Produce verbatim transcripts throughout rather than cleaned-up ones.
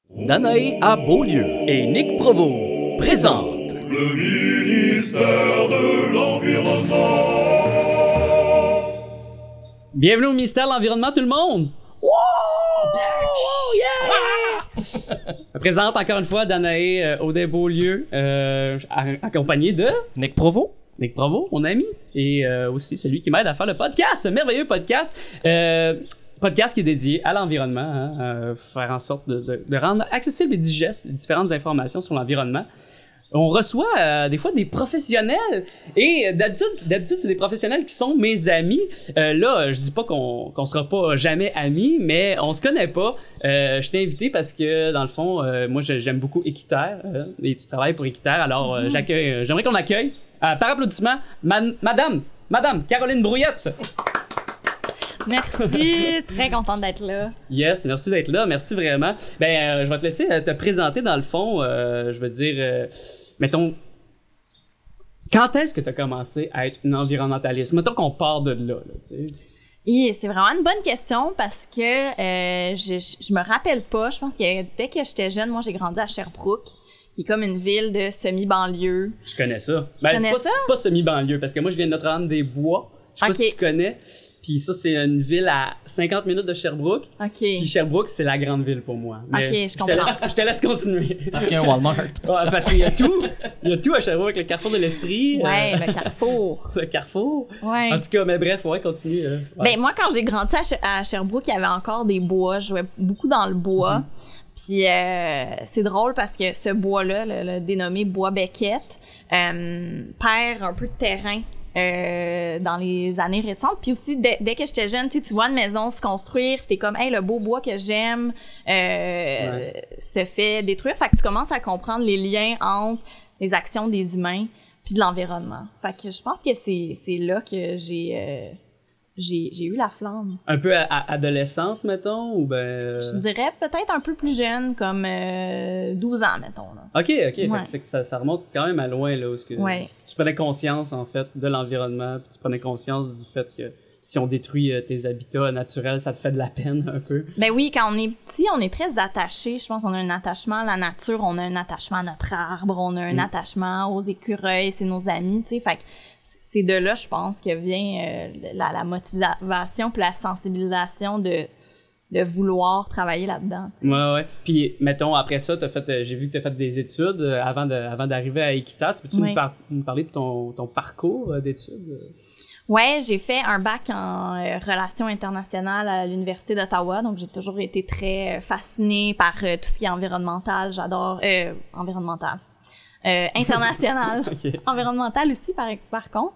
Danae à Beaulieu et Nick Provost présentent le ministère de l'Environnement. Bienvenue au ministère de l'Environnement, tout le monde! Wow! Oh, yeah! Je présente encore une fois Danae euh, Audet Beaulieu, euh, accompagné de Nick Provost. Nick Provost, mon ami, et euh, aussi celui qui m'aide à faire le podcast, ce merveilleux podcast. Euh, podcast qui est dédié à l'environnement, hein, euh, faire en sorte de, de, de rendre accessible et digeste les différentes informations sur l'environnement. On reçoit euh, des fois des professionnels et euh, d'habitude, d'habitude c'est des professionnels qui sont mes amis. Euh, là, je dis pas qu'on qu'on sera pas jamais amis, mais on se connaît pas. Euh, je t'ai invité parce que dans le fond, euh, moi j'aime beaucoup Équiterre euh, et tu travailles pour Équiterre. Alors euh, j'accueille, euh, j'aimerais qu'on accueille euh, par applaudissement ma- Madame, Madame Caroline Brouillette. Merci, très contente d'être là. Yes, merci d'être là, merci vraiment. Ben, euh, je vais te laisser euh, te présenter dans le fond. Euh, je veux dire, euh, mettons, quand est-ce que tu as commencé à être une environnementaliste? Mettons qu'on part de là, là tu sais. Et c'est vraiment une bonne question parce que euh, je, je me rappelle pas. Je pense que dès que j'étais jeune, moi j'ai grandi à Sherbrooke, qui est comme une ville de semi-banlieue. Je connais ça. Ben, tu c'est connais pas, ça? c'est pas semi-banlieue, parce que moi je viens de Notre-Dame-des-Bois. Je sais Ok. pas si tu connais. Puis ça, c'est une ville à cinquante minutes de Sherbrooke. OK. Puis Sherbrooke, c'est la grande ville pour moi. Mais Ok, je te comprends. laisse- Je te laisse continuer. Parce qu'il y a un Walmart. Ouais, parce qu'il y a tout. Il y a tout à Sherbrooke, le carrefour de l'Estrie. Ouais, euh, le carrefour. le carrefour. Ouais. En tout cas, mais bref, ouais, continue. euh, ouais. Ben moi, quand j'ai grandi à, Sh- à Sherbrooke, il y avait encore des bois. Je jouais beaucoup dans le bois. Puis euh, c'est drôle parce que ce bois-là, le, le dénommé bois Beckett, euh, perd un peu de terrain euh, dans les années récentes. Puis aussi, dès, dès que j'étais jeune, tu sais, tu vois une maison se construire, puis t'es comme, hey, le beau bois que j'aime euh, Ouais. se fait détruire. Fait que tu commences à comprendre les liens entre les actions des humains puis de l'environnement. Fait que je pense que c'est c'est là que j'ai euh, j'ai j'ai eu la flamme. Un peu à- à- adolescente, mettons, ou ben... euh, Je dirais peut-être un peu plus jeune, comme euh, douze ans, mettons. Là. OK, OK. Fait Ouais. que c'est que ça, ça remonte quand même à loin, là, où ce que Ouais. tu prenais conscience, en fait, de l'environnement, puis tu prenais conscience du fait que si on détruit euh, tes habitats naturels, ça te fait de la peine, un peu. Ben oui, quand on est petit, on est très attaché. Je pense qu'on a un attachement à la nature, on a un attachement à notre arbre, on a un Mm. attachement aux écureuils, c'est nos amis, tu sais. Fait que c'est de là, je pense, que vient euh, la, la motivation puis la sensibilisation de, de vouloir travailler là-dedans, tu sais. Ouais, ouais. Puis, mettons, après ça, t'as fait, euh, j'ai vu que tu as fait des études euh, avant, de, avant d'arriver à Équiterre. Tu peux-tu Oui. nous, par- nous parler de ton, ton parcours euh, d'études? Ouais, j'ai fait un bac en euh, relations internationales à l'Université d'Ottawa, donc j'ai toujours été très euh, fascinée par euh, tout ce qui est environnemental. J'adore... Euh, environnemental. Euh, international. OK. Environnemental aussi, par, par contre.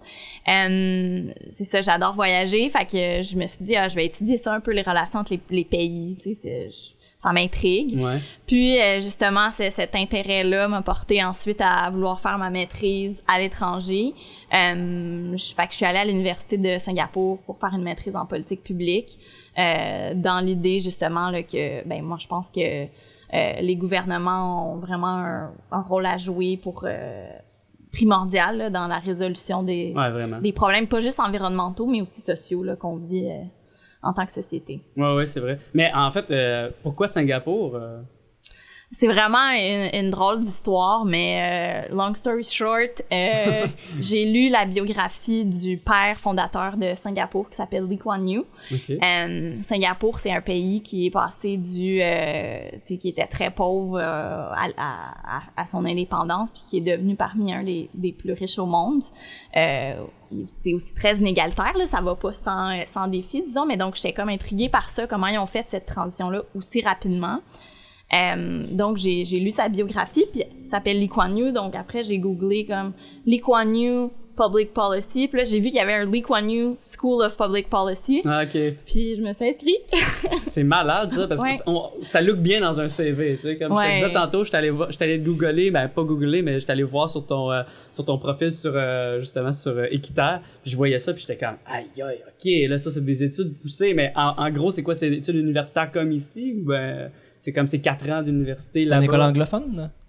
Euh, c'est ça, j'adore voyager. Fait que je me suis dit, ah, je vais étudier ça un peu, les relations entre les, les pays. Tu sais, c'est- je- ça m'intrigue. Ouais. Puis, euh, justement, c'est- cet intérêt-là m'a porté ensuite à vouloir faire ma maîtrise à l'étranger. Euh, je, fait que je suis allée à l'Université de Singapour pour faire une maîtrise en politique publique, euh, dans l'idée, justement, là, que, ben, moi, je pense que euh, les gouvernements ont vraiment un, un rôle à jouer pour euh, primordial là, dans la résolution des, Ouais, vraiment. des problèmes, pas juste environnementaux, mais aussi sociaux là, qu'on vit euh, en tant que société. Ouais, ouais, c'est vrai. Mais en fait, euh, pourquoi Singapour? euh? C'est vraiment une, une drôle d'histoire, mais euh, long story short, euh, j'ai lu la biographie du père fondateur de Singapour qui s'appelle Lee Kuan Yew. OK. Euh, Singapour, c'est un pays qui est passé du, euh, tu sais, qui était très pauvre euh, à, à, à- à son indépendance, puis qui est devenu parmi un des, des plus riches au monde. Euh, c'est aussi très inégalitaire, là, ça va pas sans, sans défi, disons, mais donc j'étais comme intriguée par ça, comment ils ont fait cette transition-là aussi rapidement. Euh, donc j'ai j'ai lu sa biographie, puis ça s'appelle Lee Kuan Yew, donc après j'ai googlé comme Lee Kuan Yew Public Policy, puis là j'ai vu qu'il y avait un Lee Kuan Yew School of Public Policy, Ah, OK. puis je me suis inscrite. C'est malade, ça, parce que Ouais. c'est- on- ça look bien dans un C V, tu sais. Comme je Ouais. te disais tantôt, je t'allais vo- je t'allais googler, ben pas googler, mais je t'allais voir sur ton, euh, sur ton profil, sur, euh, justement, sur euh, Équiterre. Puis je voyais ça, puis j'étais comme, aïe, aïe, OK, là, ça, c'est des études poussées, mais en, en gros, c'est quoi, c'est des études universitaires comme ici, ou ben, c'est comme ces quatre ans d'université C'est là-bas? une école anglophone?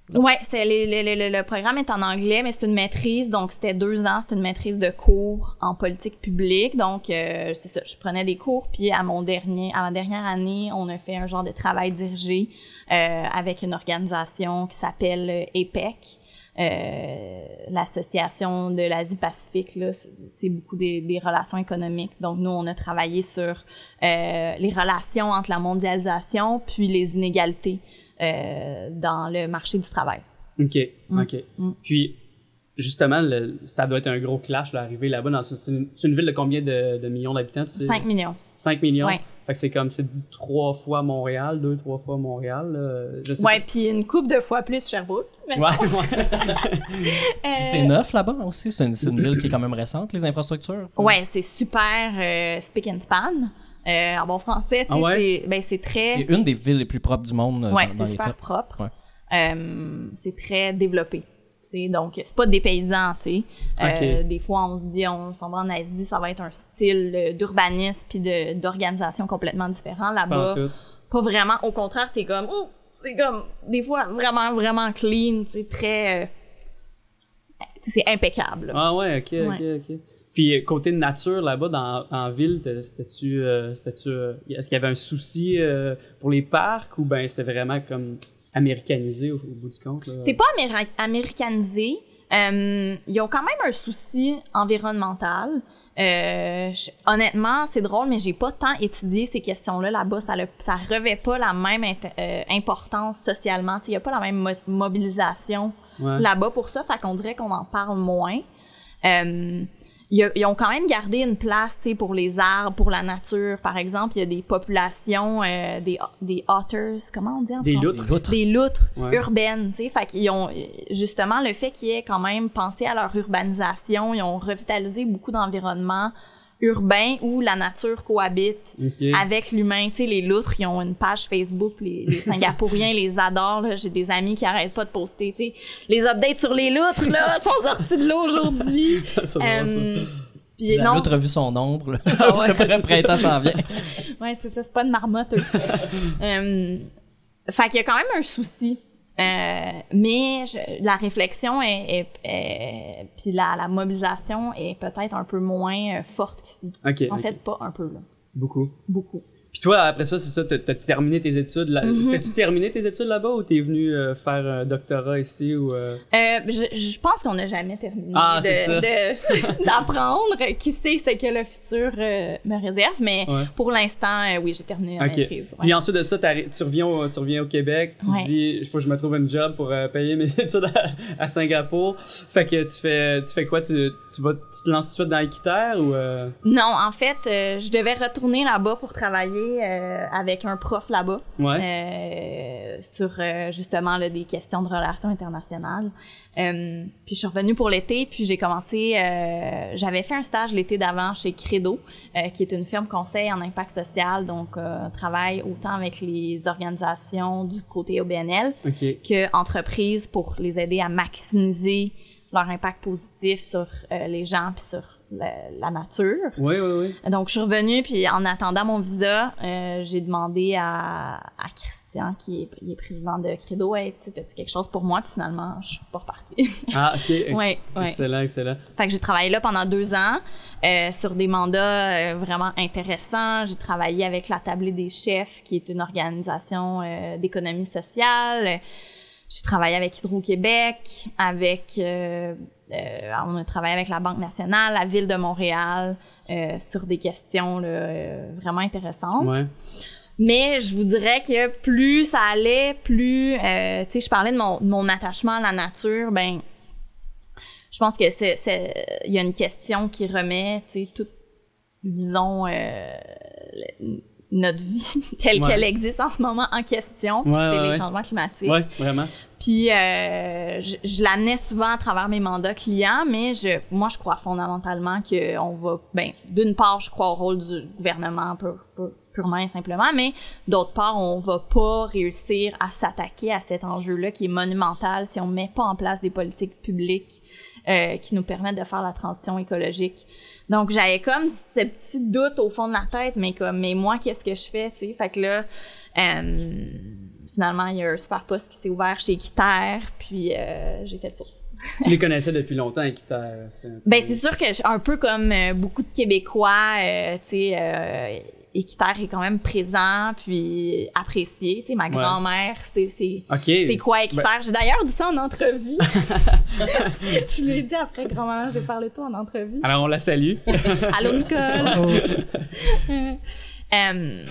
Oui, c'est le, le, le, le programme est en anglais, mais c'est une maîtrise, donc c'était deux ans, c'est une maîtrise de cours en politique publique. Donc, euh, c'est ça, je prenais des cours, puis à mon dernier, à ma dernière année, on a fait un genre de travail dirigé euh, avec une organisation qui s'appelle A P E C. Euh, l'association de l'Asie-Pacifique, là, c'est beaucoup des, des relations économiques. Donc, nous, on a travaillé sur euh, les relations entre la mondialisation puis les inégalités euh, dans le marché du travail. OK, Mm. OK. Mm. Puis, justement, le, ça doit être un gros clash d'arriver là-bas. Dans, c'est, une, c'est une ville de combien de, de millions d'habitants, tu sais? cinq millions. cinq millions? Ouais. Fait que c'est comme, c'est trois fois Montréal, deux, trois fois Montréal. Là. Je sais Ouais, pas. puis une couple de fois plus Sherbrooke. Ouais, ouais. Euh, Puis c'est neuf là-bas aussi, c'est une, c'est une ville qui est quand même récente, les infrastructures. Ouais, c'est super euh, spick and span. Euh, en bon français, tu sais, Ah ouais? c'est, ben, c'est très... C'est une des villes les plus propres du monde euh, Ouais, dans, c'est dans les super tops. propre. Ouais. Euh, c'est très développé. T'sais, donc, c'est pas des paysans, tu sais. Euh, Ok. Des fois, on se dit, on s'en va en Asie, ça va être un style euh, d'urbanisme puis de, d'organisation complètement différent. Là-bas, Pas en tout. pas vraiment. Au contraire, t'es comme, oh, c'est comme, des fois, vraiment, vraiment clean, tu sais, très... Euh, t'sais, c'est impeccable. là. Ah ouais, ok, ok, ok. Puis euh, côté nature là-bas dans en ville, t'as- c'était-tu, euh, c'était-tu, euh, est-ce qu'il y avait un souci euh, pour les parcs ou ben c'était vraiment comme américanisé au, au bout du compte là? C'est pas améri- américanisé. Euh, ils ont quand même un souci environnemental. Euh, je- honnêtement, c'est drôle, mais j'ai pas tant étudié ces questions-là là-bas. Ça, le, ça revêt pas la même int- euh, importance socialement. Il y a pas la même mo- mobilisation Ouais. là-bas pour ça. Fait qu'on dirait qu'on en parle moins. Euh, ils, a- ils ont quand même gardé une place, tu sais, pour les arbres, pour la nature. Par exemple, il y a des populations, euh, des, des otters, comment on dit en Des français? loutres. Les loutres. Des loutres Ouais. urbaines, tu sais. Fait qu'ils ont, justement, le fait qu'ils aient quand même pensé à leur urbanisation, ils ont revitalisé beaucoup d'environnements urbains où la nature cohabite Ok. avec l'humain. Tu sais, les loutres, ils ont une page Facebook, les, les Singapouriens les adorent, là. J'ai des amis qui arrêtent pas de poster, tu sais. Les updates sur les loutres, là, sont sortis de l'eau aujourd'hui. C'est drôle, Euh, puis La non, loutre a vu son ombre. Là. Ah ouais, le c'est ça. printemps s'en vient. ouais, c'est ça, c'est pas une marmotte, eux. euh, fait qu'il y a quand même un souci. Euh, mais je- la réflexion est, est, est- puis la, la mobilisation est peut-être un peu moins euh, forte qu'ici. Ok. En ok. fait, pas un peu, là. Beaucoup. Beaucoup. Puis toi, après ça, c'est ça, t'as, t'as terminé tes études là. Mhm. C'était-tu terminé tes études là-bas ou t'es venu euh, faire un doctorat ici ou euh... Euh, je, je pense qu'on n'a jamais terminé Ah, de- c'est ça. de- d'apprendre. Qui sait ce que le futur euh, me réserve, mais Ouais. pour l'instant, euh, oui, j'ai terminé ma Ok. maîtrise. ouais. Puis ensuite de ça, t'arri- tu reviens, au, tu reviens au Québec, tu Ouais. te dis, il faut que je me trouve une job pour euh, payer mes études à, à Singapour. Fait que tu fais, tu fais quoi? Tu, tu, vas, tu te lances tout de suite dans l'équiterre ou... Euh... Non, en fait, euh, je devais retourner là-bas pour travailler euh, avec un prof là-bas Ouais. euh, sur euh, justement là, des questions de relations internationales. Euh, puis je suis revenue pour l'été, puis j'ai commencé, euh, j'avais fait un stage l'été d'avant chez Credo, euh, qui est une firme conseil en impact social, donc euh, on travaille autant avec les organisations du côté O B N L OK. que entreprises pour les aider à maximiser leur impact positif sur euh, les gens puis sur la, la nature. Oui, oui, oui. Donc, je suis revenue, puis en attendant mon visa, euh, j'ai demandé à, à Christian, qui est, il est président de Credo, « Hey, tu sais, as-tu quelque chose pour moi? » Puis finalement, je suis pas repartie. Ah, OK. Ex- ouais, ouais. Excellent, excellent. Fait que j'ai travaillé là pendant deux ans euh, sur des mandats euh, vraiment intéressants. J'ai travaillé avec la Tablée des chefs, qui est une organisation euh, d'économie sociale. J'ai travaillé avec Hydro-Québec, avec... Euh, euh, on a travaillé avec la Banque nationale, la Ville de Montréal, euh, sur des questions là, euh, vraiment intéressantes. Ouais. Mais je vous dirais que plus ça allait, plus... Euh, tu sais, je parlais de mon, de mon attachement à la nature, ben je pense que c'est, c'est, il y a une question qui remet, tu sais, toute, disons, euh, le- notre vie telle Ouais. qu'elle existe en ce moment en question, puis Ouais, c'est ouais, les ouais. changements climatiques. Ouais, vraiment. Puis euh, je, je l'amenais souvent à travers mes mandats clients, mais je, moi, je crois fondamentalement qu'on va... Ben, d'une part, je crois au rôle du gouvernement pur- pur- purement et simplement, mais d'autre part, on va pas réussir à s'attaquer à cet enjeu-là qui est monumental si on met pas en place des politiques publiques euh, qui nous permettent de faire la transition écologique. Donc, j'avais comme ce petit doute au fond de la tête, mais comme, mais moi, qu'est-ce que je fais, tu sais? Fait que là... Euh, finalement, il y a un super poste qui s'est ouvert chez Équiterre, puis euh, j'ai fait ça. Tu les connaissais depuis longtemps, Équiterre? C'est un peu... Ben, c'est sûr que je, un peu comme euh, beaucoup de Québécois, euh, tu sais, euh, Équiterre est quand même présent, puis apprécié. Tu sais, ma Ouais. grand-mère, c'est, c'est, okay. c'est quoi Équiterre? Ben... J'ai d'ailleurs dit ça en entrevue. Je lui ai dit après, grand-mère, j'ai parlé de toi en entrevue. Alors, on la salue. Allô, Nicole! um,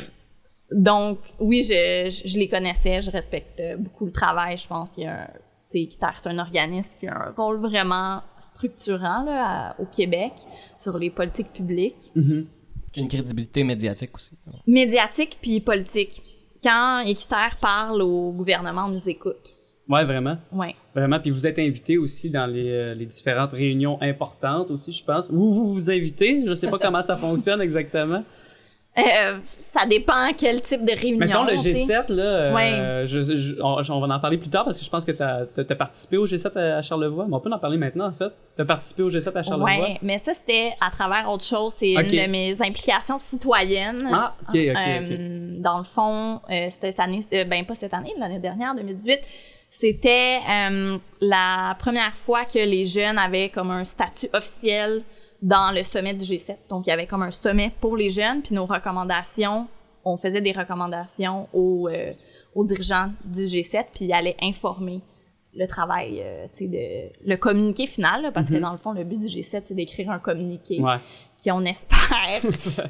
donc, oui, je, je, je les connaissais, je respecte beaucoup le travail. Je pense qu'il y a un... Tu sais, Équiterre, c'est un organisme qui a un rôle vraiment structurant là, à, au Québec sur les politiques publiques. Mm-hmm. Qui a une crédibilité médiatique aussi. Médiatique puis politique. Quand Équiterre parle au gouvernement, on nous écoute. Ouais, vraiment. Ouais. Vraiment. Puis vous êtes invité aussi dans les, euh, les différentes réunions importantes aussi, je pense. Ou vous vous invitez, je sais pas comment ça fonctionne exactement. Euh, ça dépend quel type de réunion. Mettons le G sept, t'sais. là, euh, ouais. je, je, on, on va en parler plus tard parce que je pense que tu as participé au G sept à, à Charlevoix. Mais on peut en parler maintenant, en fait. Tu as participé au G sept à Charlevoix. Oui, mais ça, c'était à travers autre chose. C'est okay. une de mes implications citoyennes. Ah, OK, OK, euh, OK. Dans le fond, euh, cette année, euh, ben pas cette année, l'année dernière, deux mille dix-huit, c'était euh, la première fois que les jeunes avaient comme un statut officiel dans le sommet du G sept. Donc, il y avait comme un sommet pour les jeunes, puis nos recommandations, on faisait des recommandations aux, euh, aux dirigeants du G sept, puis ils allaient informer le travail, euh, tu sais, de, le communiqué final, là, parce mm-hmm. que dans le fond, le but du G sept, c'est d'écrire un communiqué ouais. qui, on espère,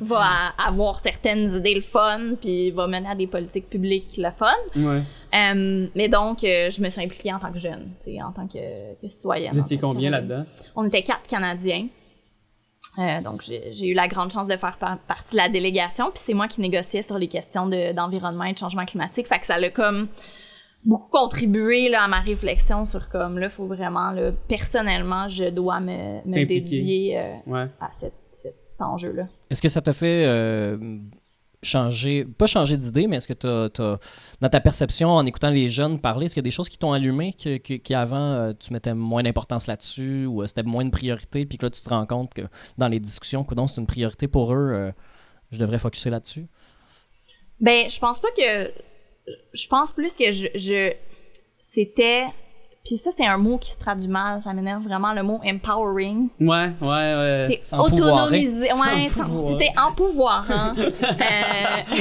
va avoir certaines idées le fun, puis va mener à des politiques publiques le fun. Ouais. Euh, mais donc, euh, je me suis impliquée en tant que jeune, tu sais, en tant que, que citoyenne. Vous étiez combien là-dedans? On était quatre Canadiens. Euh, donc, j'ai, j'ai eu la grande chance de faire par- partie de la délégation, puis c'est moi qui négociais sur les questions de, d'environnement et de changement climatique. Fait que ça a comme beaucoup contribué là, à ma réflexion sur comme, là, il faut vraiment, là, personnellement, je dois me, me dédier euh, ouais. à cet, cet enjeu-là. Est-ce que ça t'a fait euh, changer, pas changer d'idée, mais est-ce que t'as, t'as, dans ta perception, en écoutant les jeunes parler, est-ce qu'il y a des choses qui t'ont allumé, que, que, qu'avant, euh, tu mettais moins d'importance là-dessus, ou euh, c'était moins de priorité, puis que là, tu te rends compte que dans les discussions, que donc c'est une priorité pour eux, euh, je devrais focusser là-dessus? Ben, je pense pas que... Je pense plus que je... je c'était... Puis ça, c'est un mot qui se traduit mal, ça m'énerve vraiment, le mot « empowering ». Ouais, ouais, ouais. C'est sans autonomiser. Ouais, sans sans, c'était empouvoirant. euh,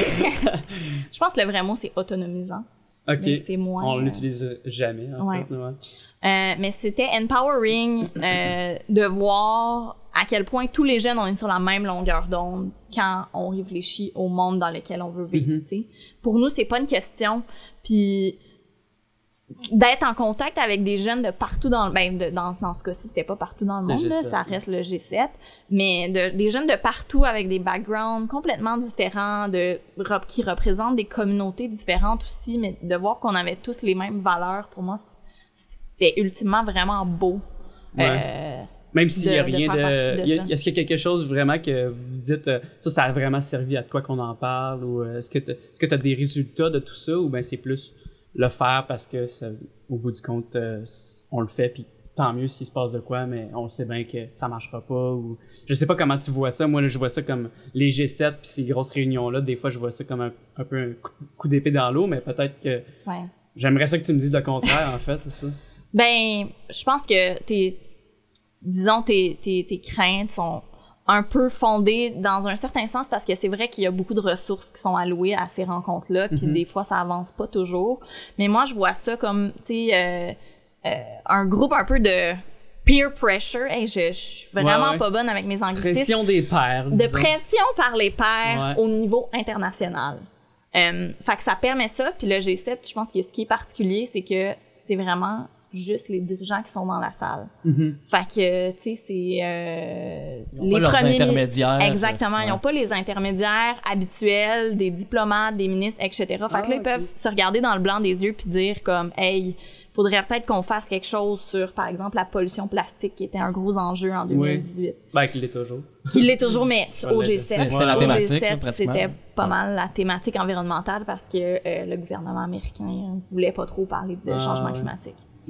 je pense que le vrai mot, c'est autonomisant. OK. Mais c'est moins... On l'utilise jamais, en ouais. fait. Ouais. Euh, mais c'était empowering euh, de voir à quel point tous les jeunes, on est sur la même longueur d'onde quand on réfléchit au monde dans lequel on veut vivre, mm-hmm. tu sais. Pour nous, c'est pas une question. Puis... d'être en contact avec des jeunes de partout dans le... Ben, de, dans, dans ce cas-ci, c'était pas partout dans le c'est monde, là, ça reste le G sept, mais de, des jeunes de partout avec des backgrounds complètement différents, de, qui représentent des communautés différentes aussi, mais de voir qu'on avait tous les mêmes valeurs, pour moi, c'était ultimement vraiment beau. Ouais. Euh, Même s'il n'y a de, rien de... de... de y a, est-ce qu'il y a quelque chose vraiment que vous dites, euh, ça, ça a vraiment servi à quoi qu'on en parle, ou euh, est-ce que tu as des résultats de tout ça, ou bien c'est plus... le faire parce que ça, au bout du compte euh, on le fait puis tant mieux s'il se passe de quoi, mais on sait bien que ça marchera pas, ou je sais pas comment tu vois ça. Moi là, je vois ça comme les G sept puis ces grosses réunions là, des fois je vois ça comme un, un peu un coup, coup d'épée dans l'eau, mais peut-être que ouais. j'aimerais ça que tu me dises le contraire en fait, c'est ça. Ben, je pense que tes disons tes tes tes craintes sont un peu fondé dans un certain sens parce que c'est vrai qu'il y a beaucoup de ressources qui sont allouées à ces rencontres-là, puis mm-hmm. des fois, ça avance pas toujours. Mais moi, je vois ça comme, tu sais, euh, euh, un groupe un peu de peer pressure. Hey, je, je suis vraiment ouais, ouais. pas bonne avec mes anglicismes. Pression des pairs, De disons. pression par les pairs ouais. au niveau international. Euh, fait que ça permet ça, puis le G sept, je pense que ce qui est particulier, c'est que c'est vraiment... juste les dirigeants qui sont dans la salle. Mm-hmm. Fait que, tu sais, c'est... Euh, ils n'ont pas leurs intermédiaires. Exactement. Ouais. Ils n'ont pas les intermédiaires habituels des diplomates, des ministres, et cetera. Fait ah, que là, ils okay. peuvent se regarder dans le blanc des yeux puis dire comme, hey, faudrait peut-être qu'on fasse quelque chose sur, par exemple, la pollution plastique qui était un gros enjeu en deux mille dix-huit. Oui. Ben, qu'il l'est toujours. Qu'il l'est toujours, mais au G sept, c'était la au thématique, G sept, là, pratiquement. C'était pas mal la thématique environnementale parce que euh, le gouvernement américain voulait pas trop parler de ah, changement ouais. climatique. Ouais.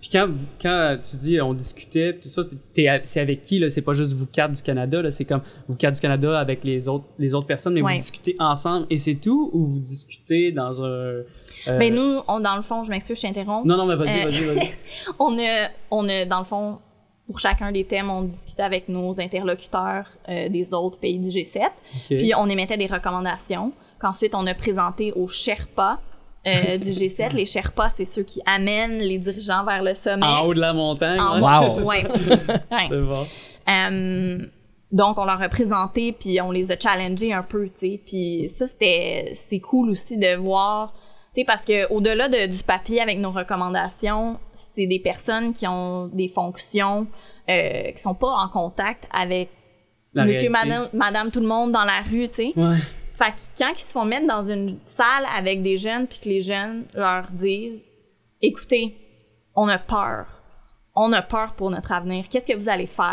Puis quand, quand tu dis on discutait, tout ça, c'est, c'est avec qui, là? C'est pas juste vous quatre du Canada, là, c'est comme vous quatre du Canada avec les autres, les autres personnes, mais Ouais. vous discutez ensemble et c'est tout, ou vous discutez dans un... Euh... Ben nous, on, dans le fond, je m'excuse, je t'interromps. Non, non, mais vas-y, Euh, vas-y, vas-y. on, a, on a, dans le fond, pour chacun des thèmes, on discutait avec nos interlocuteurs euh, des autres pays du G sept. Okay. Puis on émettait des recommandations qu'ensuite on a présentées aux Sherpas euh, du G sept. Les Sherpas, c'est ceux qui amènent les dirigeants vers le sommet. En haut de la montagne. En ouais, haut, c'est, ouais. c'est, Ouais. c'est bon. Euh, donc, on leur a présenté, puis on les a challengés un peu, tu sais. Puis ça, c'était, c'est cool aussi de voir, tu sais, parce que au-delà de, du papier avec nos recommandations, c'est des personnes qui ont des fonctions euh, qui sont pas en contact avec La monsieur, réalité. madame, madame, tout le monde dans la rue, tu sais. Ouais. Fait que quand ils se font mettre dans une salle avec des jeunes, puis que les jeunes leur disent « Écoutez, on a peur. On a peur pour notre avenir. Qu'est-ce que vous allez faire? »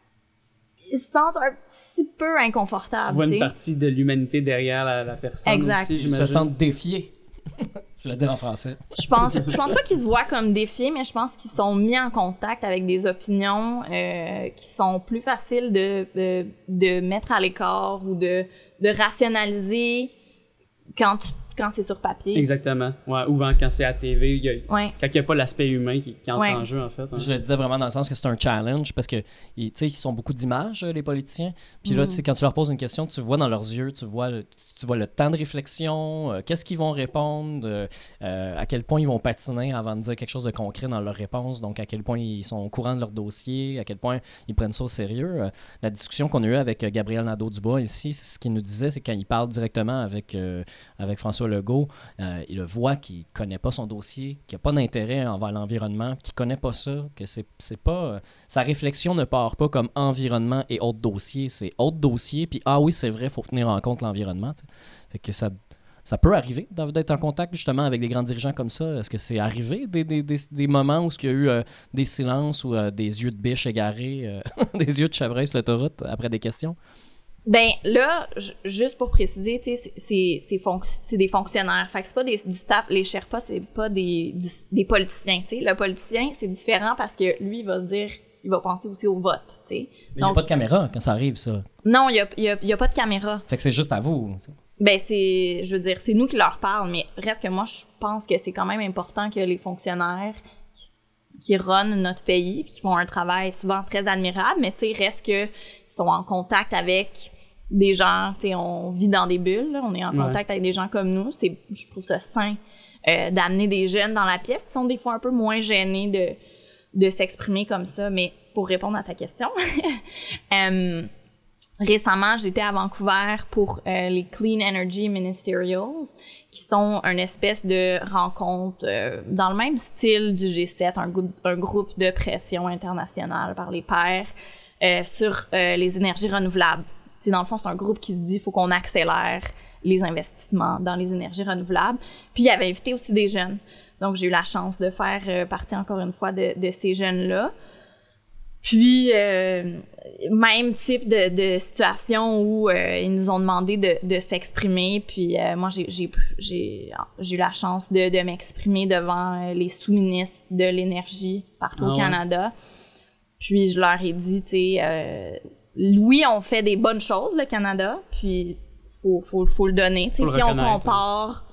Ils se sentent un petit peu inconfortables, Tu vois tu une sais. partie de l'humanité derrière la, la personne Exact. aussi, Ils j'imagine. se sentent défiés. Je vais le dire en français. Je pense, je pense pas qu'ils se voient comme défiés, mais je pense qu'ils sont mis en contact avec des opinions euh, qui sont plus faciles de, de, de mettre à l'écart ou de, de rationaliser quand, tu, quand c'est sur papier. Exactement. Ouais. Ou quand c'est à la T V, il y a, Ouais. quand il n'y a pas l'aspect humain qui, qui entre Ouais. en jeu, en fait. Hein. Je le disais vraiment dans le sens que c'est un challenge parce que ils, tu sais, ils sont beaucoup d'images, euh, les politiciens. Puis là, Mm. tu sais, quand tu leur poses une question, tu vois dans leurs yeux, tu vois le, tu vois le temps de réflexion, euh, qu'est-ce qu'ils vont répondre, euh, euh, à quel point ils vont patiner avant de dire quelque chose de concret dans leur réponse, donc à quel point ils sont au courant de leur dossier, à quel point ils prennent ça au sérieux. Euh, la discussion qu'on a eue avec euh, Gabriel Nadeau-Dubois ici, c'est ce qu'il nous disait, c'est quand il parle directement avec, euh, avec François Legault, euh, il le voit qu'il ne connaît pas son dossier, qu'il n'a pas d'intérêt envers l'environnement, qu'il ne connaît pas ça, que c'est, c'est pas... Euh, sa réflexion ne part pas comme environnement et autres dossiers, c'est autres dossiers, puis ah oui, c'est vrai, il faut tenir en compte l'environnement. T'sais. Fait que ça, ça peut arriver d'être en contact justement avec des grands dirigeants comme ça. Est-ce que c'est arrivé des, des, des, des moments où il y a eu euh, des silences ou euh, des yeux de biche égarés, euh, des yeux de chevreuil sur l'autoroute après des questions? Ben là, j- juste pour préciser, tu sais, c'est, c'est, c'est, fonc- c'est des fonctionnaires. Fait que c'est pas des, du staff, les Sherpas, c'est pas des, du- des politiciens, tu sais. Le politicien, c'est différent parce que lui, il va se dire, il va penser aussi au vote, tu sais. Mais il n'y a Donc, pas de caméra quand ça arrive, ça. non, il y a, il y a, il y a pas de caméra. Fait que c'est juste à vous. Ben c'est, je veux dire, c'est nous qui leur parlent, mais reste que moi, je pense que c'est quand même important que les fonctionnaires qui, s- qui runnent notre pays, puis qui font un travail souvent très admirable, mais tu sais, reste que ils sont en contact avec des gens, tu sais, on vit dans des bulles, là, on est en Ouais. contact avec des gens comme nous, c'est, je trouve ça sain euh, d'amener des jeunes dans la pièce qui sont des fois un peu moins gênés de, de s'exprimer comme ça, mais pour répondre à ta question, euh, récemment, j'étais à Vancouver pour euh, les Clean Energy Ministerials, qui sont une espèce de rencontre euh, dans le même style du G sept, un, grou- un groupe de pression internationale par les pairs euh, sur euh, les énergies renouvelables. T'sais, dans le fond, c'est un groupe qui se dit qu'il faut qu'on accélère les investissements dans les énergies renouvelables. Puis, il avait invité aussi des jeunes. Donc, j'ai eu la chance de faire euh, partie, encore une fois, de, de ces jeunes-là. Puis, euh, même type de, de situation où euh, ils nous ont demandé de, de s'exprimer. Puis, euh, moi, j'ai, j'ai, j'ai, j'ai eu la chance de, de m'exprimer devant euh, les sous-ministres de l'énergie partout Ah au ouais. Canada. Puis, je leur ai dit, tu sais, euh, oui, on fait des bonnes choses, le Canada, puis faut, faut, faut le donner. Tu sais, Faut le si on reconnaître, compare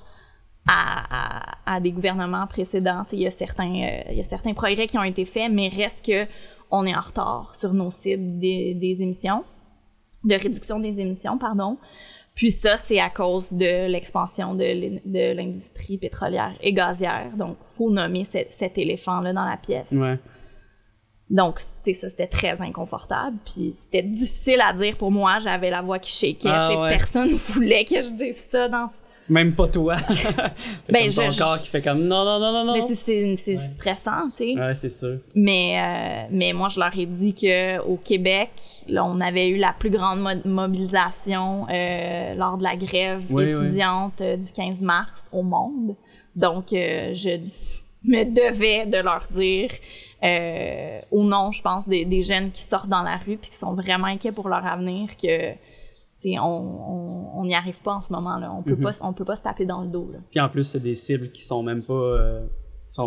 à, à, à des gouvernements précédents, tu sais, il y a certains, euh, il y a certains progrès qui ont été faits, mais reste que on est en retard sur nos cibles des, des émissions, de réduction des émissions, pardon. Puis ça, c'est à cause de l'expansion de, l'in- de l'industrie pétrolière et gazière. Donc, faut nommer cet, cet éléphant-là dans la pièce. Ouais. Donc, c'était ça, c'était très inconfortable. Puis c'était difficile à dire pour moi. J'avais la voix qui shakeait. Ah tu sais, ouais. Personne voulait que je dise ça dans... Même pas toi. T'as Ben, comme ton je- corps qui fait comme non, non, non, non, non. Mais c'est, c'est, c'est Ouais. stressant, tu sais. Ouais, c'est sûr. Mais, euh, mais moi, je leur ai dit qu'au Québec, là, on avait eu la plus grande mo- mobilisation euh, lors de la grève Oui, étudiante euh, du quinze mars au monde. Donc, euh, je me devais de leur dire, euh, au nom, je pense, des, des jeunes qui sortent dans la rue puis qui sont vraiment inquiets pour leur avenir, que tu sais, on n'y arrive pas en ce moment-là. On peut Mhm. pas, on peut pas se taper dans le dos. Là. Puis en plus, c'est des cibles qui sont même pas. Euh, qui sont,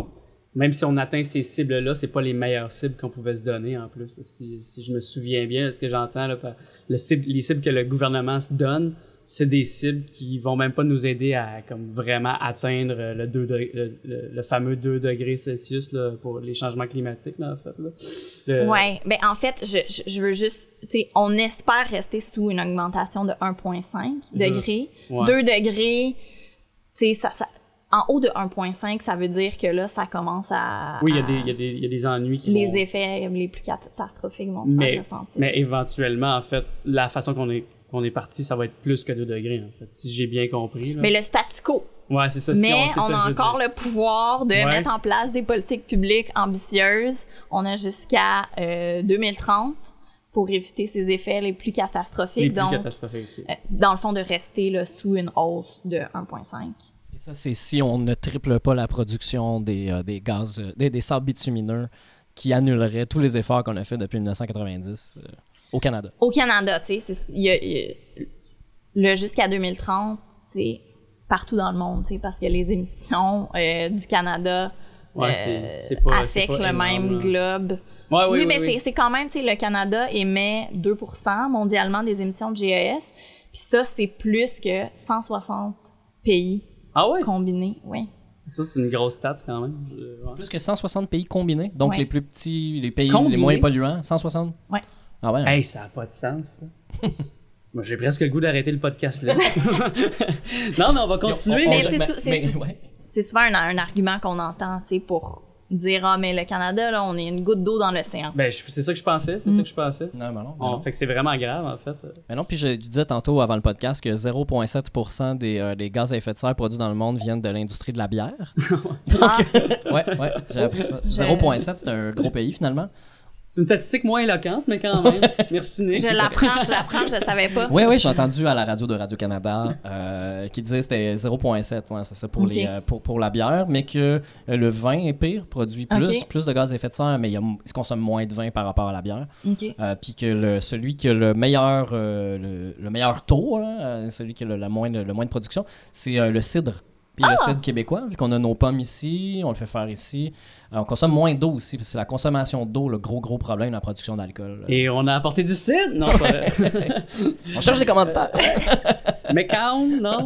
même si on atteint ces cibles-là, c'est pas les meilleures cibles qu'on pouvait se donner en plus. Là. Si, si je me souviens bien de ce que j'entends, là, le cible, les cibles que le gouvernement se donne, c'est des cibles qui vont même pas nous aider à comme vraiment atteindre le, deux de, le, le, le fameux deux degrés Celsius là, pour les changements climatiques, là, en fait. Là. Le... Ouais, ben en fait, je, je, je veux juste, tu sais, on espère rester sous une augmentation de un virgule cinq degrés. Ouais. deux degrés, tu sais, ça, ça, en haut de un virgule cinq, ça veut dire que là, ça commence à... Oui, il y a des, il y a des, il y a des ennuis qui Les vont... effets les plus catastrophiques vont se mais, faire ressentir. Mais éventuellement, en fait, la façon qu'on est on est parti, ça va être plus que deux degrés, en fait, si j'ai bien compris. Là. Mais le statu quo. Ouais, c'est ça. Mais si on, on ça, a encore le pouvoir de ouais. mettre en place des politiques publiques ambitieuses. On a jusqu'à euh, deux mille trente pour éviter ces effets les plus catastrophiques. Les plus donc, catastrophiques. Euh, dans le fond, de rester là, sous une hausse de un virgule cinq. Et ça, c'est si on ne triple pas la production des, euh, des gaz, euh, des, des sables bitumineux qui annuleraient tous les efforts qu'on a fait depuis dix-neuf cent quatre-vingt-dix. Euh. Au Canada. Au Canada, tu sais, le jusqu'à deux mille trente, c'est partout dans le monde, tu sais, parce que les émissions euh, du Canada ouais, euh, c'est, c'est pas, affectent c'est pas le énorme, même là. globe. Ouais, oui, oui, oui, mais oui. C'est, c'est quand même, tu sais, le Canada émet deux pour cent mondialement des émissions de G E S, puis ça, c'est plus que cent soixante pays ah ouais? combinés, oui. Ça, c'est une grosse stat quand même. Je... Ouais. Plus que cent soixante pays combinés, donc ouais. les plus petits, les pays combinés? Les moins polluants, cent soixante? Oui. Ah ouais? Hey, ça n'a pas de sens, ça. Moi, j'ai presque le goût d'arrêter le podcast là. non, mais on va continuer. On, on, mais c'est, mais, sou- c'est, mais, sou- ouais. c'est souvent un, un argument qu'on entend, tu sais, pour dire « Ah, mais le Canada, là, on est une goutte d'eau dans l'océan. » Ben, je, c'est ça que je pensais, c'est Mm. ça que je pensais. Non, mais non. Mais On, non. fait que c'est vraiment grave, en fait. Mais non, puis je, je disais tantôt avant le podcast que zéro virgule sept pour cent des, euh, des gaz à effet de serre produits dans le monde viennent de l'industrie de la bière. Donc, Ah. ouais, ouais, j'ai appris ça. Je- zéro virgule sept, c'est un gros pays finalement. C'est une statistique moins éloquente, mais quand même. Merci, Nick. Je l'apprends, je l'apprends, je le savais pas. Oui, oui, j'ai entendu à la radio de Radio-Canada euh, qui disait que c'était zéro virgule sept, ouais, c'est ça, pour, Ok. les, euh, pour, pour la bière, mais que euh, le vin est pire, produit plus, Ok. plus de gaz à effet de serre, mais il, y a, il se consomme moins de vin par rapport à la bière. OK. Euh, puis que le, celui qui a le meilleur, euh, le, le meilleur taux, là, euh, celui qui a le, la moins, le, le moins de production, c'est euh, le cidre. Puis le Ah! cidre québécois, vu qu'on a nos pommes ici, on le fait faire ici. Euh, on consomme moins d'eau aussi, parce que c'est la consommation d'eau, le gros, gros problème de la production d'alcool. Et on a apporté du cidre? Non, pas vrai. On cherche des commanditaires. Mais quand, non.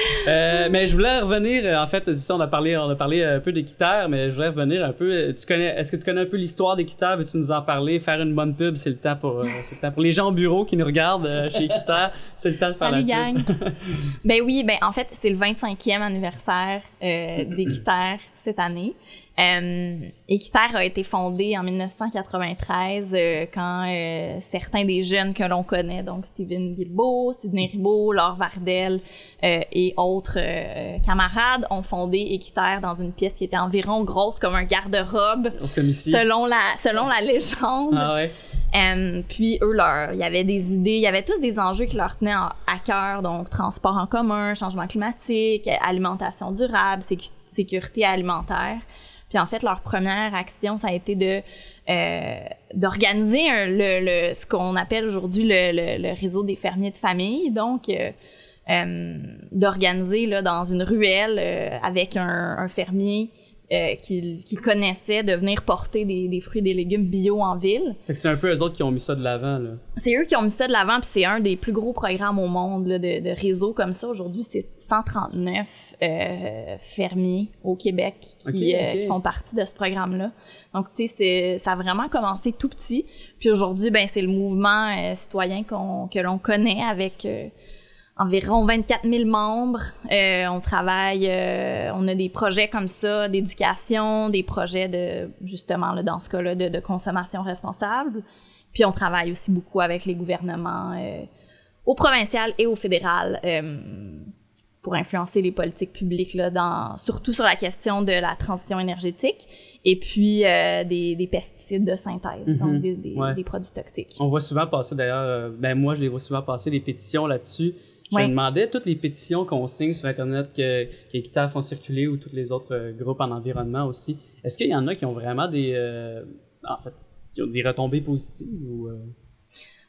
Euh, mais je voulais revenir, euh, en fait, ici on a parlé, on a parlé un peu d'Équiterre, mais je voulais revenir un peu. Tu connais, est-ce que tu connais un peu l'histoire d'Équiterre? Veux-tu nous en parler? Faire une bonne pub, c'est le temps pour, euh, c'est le temps pour les gens au bureau qui nous regardent euh, chez Équiterre. C'est le temps de faire Salut, la pub. gang. Ben oui, ben en fait, c'est le vingt-cinquième anniversaire euh, d'Équiterre cette année. Euh, Équiterre a été fondée en dix-neuf cent quatre-vingt-treize euh, quand euh, certains des jeunes que l'on connaît, donc Steven Guilbeault, Sidney Ribault, Laure Vardel euh, et autres euh, camarades, ont fondé Équiterre dans une pièce qui était environ grosse comme un garde-robe, On se comme ici. selon la selon la légende. Ah ouais. Um, puis eux, leur, il y avait des idées, il y avait tous des enjeux qui leur tenaient en- à cœur, donc transport en commun, changement climatique, alimentation durable, sécu- sécurité alimentaire. Puis en fait, leur première action, ça a été de euh, d'organiser un- le, le ce qu'on appelle aujourd'hui le, le, le réseau des fermiers de famille, donc euh, euh, d'organiser là dans une ruelle euh, avec un, un fermier euh, qu'ils qu'ils connaissaient de venir porter des, des fruits et des légumes bio en ville. Fait que c'est un peu eux autres qui ont mis ça de l'avant, là. C'est eux qui ont mis ça de l'avant, puis c'est un des plus gros programmes au monde là, de, de réseau comme ça. Aujourd'hui, c'est cent trente-neuf euh, fermiers au Québec qui, Ok, euh, ok. qui font partie de ce programme-là. Donc, tu sais, c'est- ça a vraiment commencé tout petit. Puis aujourd'hui, ben c'est le mouvement euh, citoyen qu'on, que l'on connaît avec euh, environ vingt-quatre mille membres. Euh, on travaille, euh, on a des projets comme ça d'éducation, des projets de, justement, là, dans ce cas-là, de, de consommation responsable. Puis on travaille aussi beaucoup avec les gouvernements euh, au provincial et au fédéral euh, pour influencer les politiques publiques, là, dans, surtout sur la question de la transition énergétique et puis euh, des, des pesticides de synthèse, Mhm. donc des, des, Ouais. des produits toxiques. On voit souvent passer d'ailleurs, euh, ben moi je les vois souvent passer des pétitions là-dessus. Je Ouais. me demandais toutes les pétitions qu'on signe sur Internet que, que Équiterre font circuler ou tous les autres euh, groupes en environnement aussi. Est-ce qu'il y en a qui ont vraiment des, euh, en fait, qui ont des retombées positives ou euh...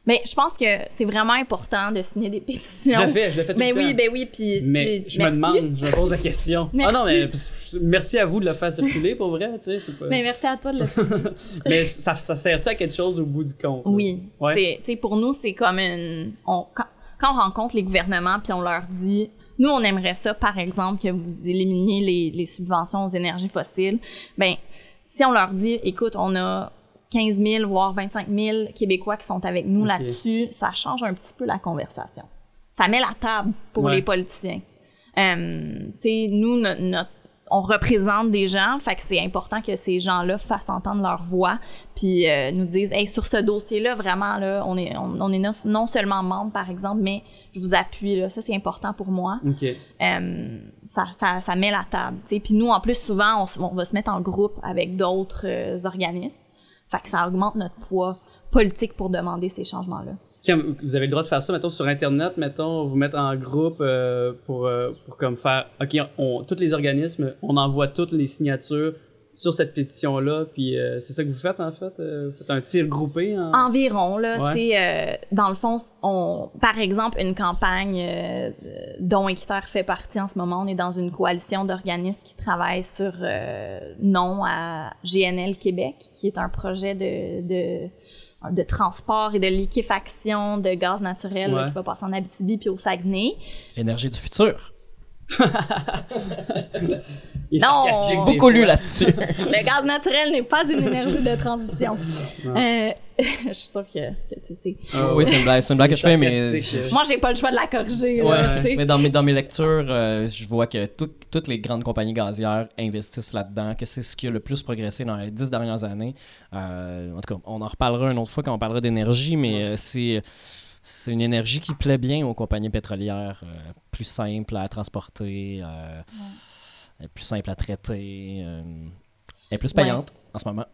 Mais je pense que c'est vraiment important de signer des pétitions. Je le fais, je le fais tout ben le oui, temps. Ben oui, puis... Mais puis, je merci. me demande, je me pose la question. Merci. Ah non, mais merci à vous de le faire circuler, pour vrai, tu sais, c'est pas... Ben merci à toi de le signer. Mais ça, ça sert-tu à quelque chose au bout du compte? Là? Oui. Ouais. C'est, tu sais, pour nous, c'est comme une... On, quand, quand on rencontre les gouvernements puis on leur dit... Nous, on aimerait ça, par exemple, que vous éliminiez les, les subventions aux énergies fossiles. Ben, si on leur dit, écoute, on a quinze mille, voire vingt-cinq mille Québécois qui sont avec nous okay. là-dessus, ça change un petit peu la conversation. Ça met la table pour ouais. les politiciens. Euh, tu sais, nous, no, notre on représente des gens, fait que c'est important que ces gens-là fassent entendre leur voix, puis euh, nous disent, hey, sur ce dossier-là, vraiment, là, on est, on, on est non, non seulement membre, par exemple, mais je vous appuie, là, ça c'est important pour moi. Okay. Euh, ça, ça, ça met la table, tu sais. Puis nous, en plus, souvent, on, on va se mettre en groupe avec d'autres euh, organismes, fait que ça augmente notre poids politique pour demander ces changements-là. Vous avez le droit de faire ça, mettons, sur Internet, mettons, vous mettre en groupe euh, pour, euh, pour comme faire, OK, on, tous les organismes, on envoie toutes les signatures sur cette pétition-là, puis euh, c'est ça que vous faites, en fait? Euh, c'est un tir groupé? En... Environ, là, ouais. tu sais, euh, dans le fond, on, par exemple, une campagne euh, dont Équiterre fait partie en ce moment, on est dans une coalition d'organismes qui travaillent sur euh, non à G N L Québec, qui est un projet de... de de transport et de liquéfaction de gaz naturel ouais. là, qui va passer en Abitibi puis au Saguenay. L'énergie du futur. Non, j'ai beaucoup lu là-dessus. Le gaz naturel n'est pas une énergie de transition. Euh, je suis sûre que, que tu sais. Oh, oui, c'est une blague, c'est une blague que je fais, mais... Moi, j'ai pas le choix de la corriger. Ouais, là, mais dans mes, dans mes lectures, euh, je vois que tout, toutes les grandes compagnies gazières investissent là-dedans, que c'est ce qui a le plus progressé dans les dix dernières années. Euh, en tout cas, on en reparlera une autre fois quand on parlera d'énergie, mais euh, c'est... C'est une énergie qui plaît bien aux compagnies pétrolières, euh, plus simple à transporter, euh, ouais. plus simple à traiter, euh, et plus payante ouais. en ce moment.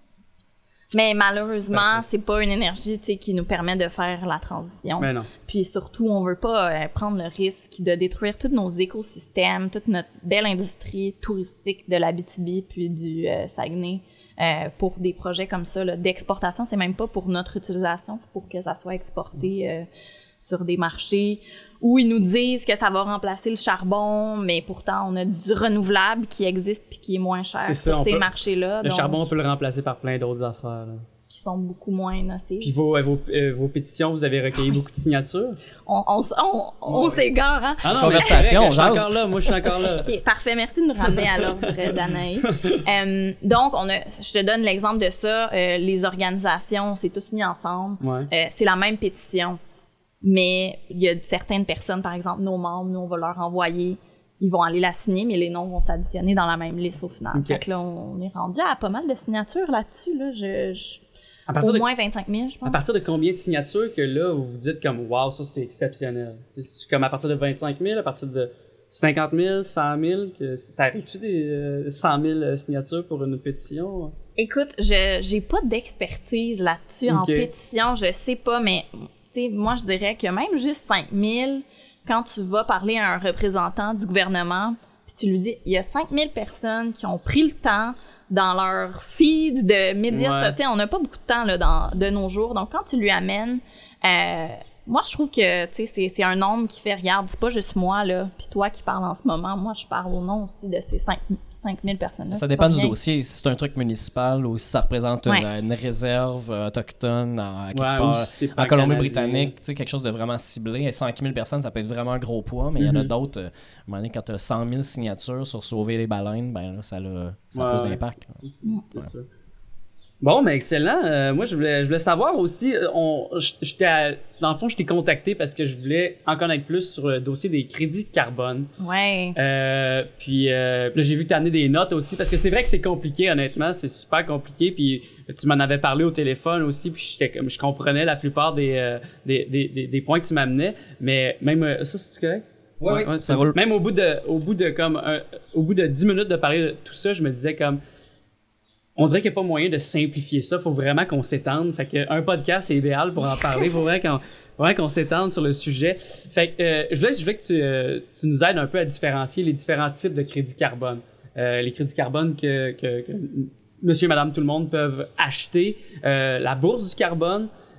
Mais malheureusement, c'est pas une énergie qui nous permet de faire la transition. Mais non. Puis surtout, on veut pas euh, prendre le risque de détruire tous nos écosystèmes, toute notre belle industrie touristique de l'Abitibi puis du euh, Saguenay euh, pour des projets comme ça là, d'exportation. C'est même pas pour notre utilisation, c'est pour que ça soit exporté euh, sur des marchés où ils nous disent que ça va remplacer le charbon, mais pourtant on a du renouvelable qui existe puis qui est moins cher c'est sur ça, ces peut, marchés-là. Le donc, charbon, on peut le remplacer par plein d'autres affaires. Là. Qui sont beaucoup moins nocives. Puis vos, vos, euh, vos pétitions, vous avez recueilli beaucoup de signatures? On, on, on, on ouais. s'égare, hein? Ah non, conversation, je suis encore là, moi je suis encore là. OK, parfait, merci de nous ramener à l'ordre d'Anaïs. euh, donc, on a, je te donne l'exemple de ça, euh, les organisations, on s'est tous mis ensemble, ouais. euh, c'est la même pétition, mais il y a certaines personnes, par exemple nos membres, nous on va leur envoyer, ils vont aller la signer, mais les noms vont s'additionner dans la même liste au final. Okay. Fait que là, on est rendu à pas mal de signatures là-dessus, là, je... je À partir au de, moins vingt-cinq mille, je pense. À partir de combien de signatures que là, vous vous dites comme « Wow, ça c'est exceptionnel ». C'est comme à partir de vingt-cinq mille, à partir de cinquante mille, cent mille, que ça arrive-tu des euh, cent mille signatures pour une pétition? Écoute, je j'ai pas d'expertise là-dessus okay. en pétition, je sais pas, mais tu sais, moi je dirais que même juste cinq mille, quand tu vas parler à un représentant du gouvernement, puis tu lui dis, il y a cinq mille personnes qui ont pris le temps dans leur feed de médias sociaux. On n'a pas beaucoup de temps là, dans, de nos jours. Donc, quand tu lui amènes, euh, moi, je trouve que c'est, c'est un nombre qui fait, regarde, c'est pas juste moi, là, puis toi qui parles en ce moment. Moi, je parle au nom aussi de ces cinq mille personnes-là. Ça dépend du dossier. Si c'est un truc municipal ou si ça représente ouais. une, une réserve autochtone à quelque ouais, part, en Colombie-Britannique, quelque chose de vraiment ciblé. Et cinq mille personnes, ça peut être vraiment un gros poids, mais il mm-hmm. y en a d'autres. Euh, à un moment donné, quand tu as cent mille signatures sur sauver les baleines, ben là, ça a, ça a ouais, plus d'impact. C'est, c'est, c'est ouais. sûr. Bon, mais excellent. Euh, moi, je voulais, je voulais savoir aussi, on, j'étais à, dans le fond, je t'ai contacté parce que je voulais en connaître plus sur le dossier des crédits de carbone. Ouais. Euh, puis euh, là, j'ai vu que t'as amené des notes aussi parce que c'est vrai que c'est compliqué, honnêtement, c'est super compliqué. Puis tu m'en avais parlé au téléphone aussi, puis j'étais comme, je comprenais la plupart des, euh, des, des, des, des points que tu m'amenais. Mais même ça, c'est correct? Ouais, ouais, ouais, ça roule. Même au bout de, au bout de comme, un, au bout de dix minutes de parler de tout ça, je me disais comme. On dirait qu'il n'y a pas moyen de simplifier ça. Il faut vraiment qu'on s'étende. Fait qu'un podcast, c'est idéal pour en parler. Il faut vraiment qu'on, qu'on s'étende sur le sujet. Fait que euh, je voulais, je voulais que tu, euh, tu nous aides un peu à différencier les différents types de crédits carbone. Euh, les crédits carbone que, que, que monsieur et madame tout le monde peuvent acheter. Euh, la bourse du carbone.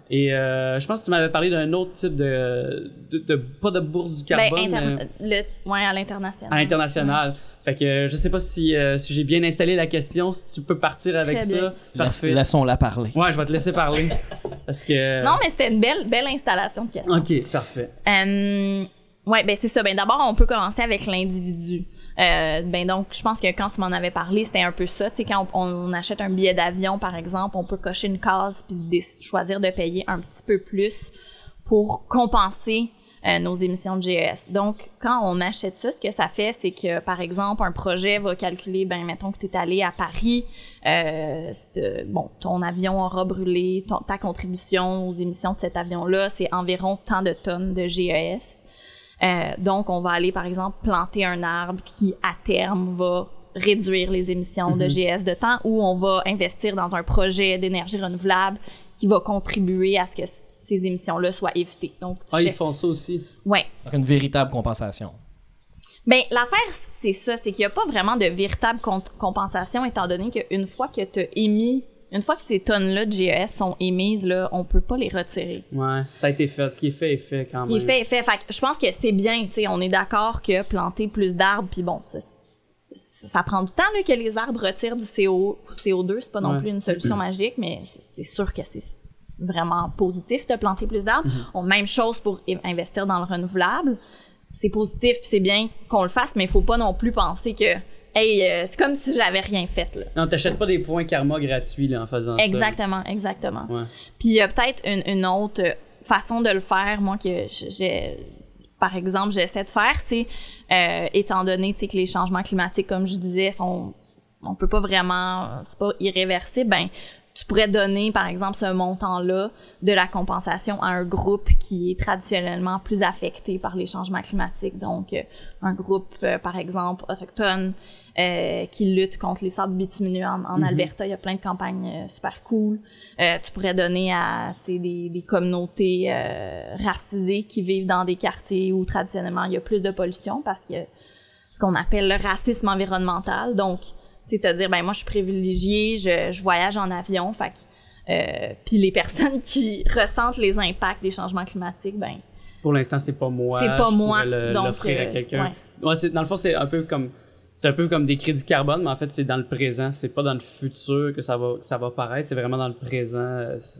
Et euh, je pense que tu m'avais parlé d'un autre type de, de, de... Pas de bourse du carbone, ben, inter- mais... le, ouais, à l'international. À l'international. Ouais. Fait que euh, je sais pas si, euh, si j'ai bien installé la question, si tu peux partir avec Très ça. bien. Parfait. Laisse- Laissons-la parler. Ouais, je vais te laisser parler. Parce que... Non, mais c'est une belle, belle installation de question. OK, parfait. Euh, ouais, ben c'est ça. Ben d'abord, on peut commencer avec l'individu. Euh, ben donc, je pense que quand tu m'en avais parlé, c'était un peu ça. Tu sais, quand on, on achète un billet d'avion, par exemple, on peut cocher une case puis dé- choisir de payer un petit peu plus pour compenser euh, nos émissions de G E S. Donc, quand on achète ça, ce que ça fait, c'est que, par exemple, un projet va calculer, ben mettons que tu es allé à Paris, euh, c'est, bon, ton avion aura brûlé, ton, ta contribution aux émissions de cet avion-là, c'est environ tant de tonnes de G E S. Euh, donc, on va aller, par exemple, planter un arbre qui, à terme, va réduire les émissions mm-hmm. de G E S de temps, ou on va investir dans un projet d'énergie renouvelable qui va contribuer à ce que ces émissions-là soient évitées. Donc, ah, ils font ça aussi? Oui. Donc, une véritable compensation. Bien, l'affaire, c'est ça, c'est qu'il n'y a pas vraiment de véritable comp- compensation, étant donné qu'une fois que tu as émis, une fois que ces tonnes-là de G E S sont émises, là, on peut pas les retirer. Ouais, ça a été fait. Ce qui est fait est fait quand même. Ce qui est fait est fait. Fait que je pense que c'est bien, tu sais, on est d'accord que planter plus d'arbres, puis bon, ça, ça, ça prend du temps là, que les arbres retirent du C O, C O deux, c'est pas non ouais. plus une solution magique, mais c'est, c'est sûr que c'est vraiment positif de planter plus d'arbres. Mm-hmm. On, même chose pour investir dans le renouvelable. C'est positif, puis c'est bien qu'on le fasse, mais il faut pas non plus penser que hey, euh, c'est comme si j'avais rien fait, là. Non, t'achètes pas des points karma gratuits, là, en faisant exactement, ça. Exactement, exactement. Ouais. Puis il y a peut-être une, une autre façon de le faire, moi, que j'ai, par exemple, j'essaie de faire, c'est, euh, étant donné, tu sais, que les changements climatiques, comme je disais, sont, on peut pas vraiment, c'est pas irréversible, ben, tu pourrais donner, par exemple, ce montant-là de la compensation à un groupe qui est traditionnellement plus affecté par les changements climatiques. Donc, euh, un groupe, euh, par exemple, autochtone euh, qui lutte contre les sables bitumineux en, en mm-hmm. Alberta. Il y a plein de campagnes euh, super cool. Euh, tu pourrais donner à des, des communautés euh, racisées qui vivent dans des quartiers où, traditionnellement, il y a plus de pollution parce qu'il y a ce qu'on appelle le racisme environnemental. Donc, tu sais, te dire, ben moi, je suis privilégiée, je, je voyage en avion, fait que, euh, puis les personnes qui ressentent les impacts des changements climatiques, ben... Pour l'instant, c'est pas moi. C'est pas je moi, le, donc... l'offrir euh, à quelqu'un. Ouais. Ouais, c'est, dans le fond, c'est un peu comme... C'est un peu comme des crédits carbone, mais en fait, c'est dans le présent. C'est pas dans le futur que ça va, que ça va paraître, c'est vraiment dans le présent. C'est,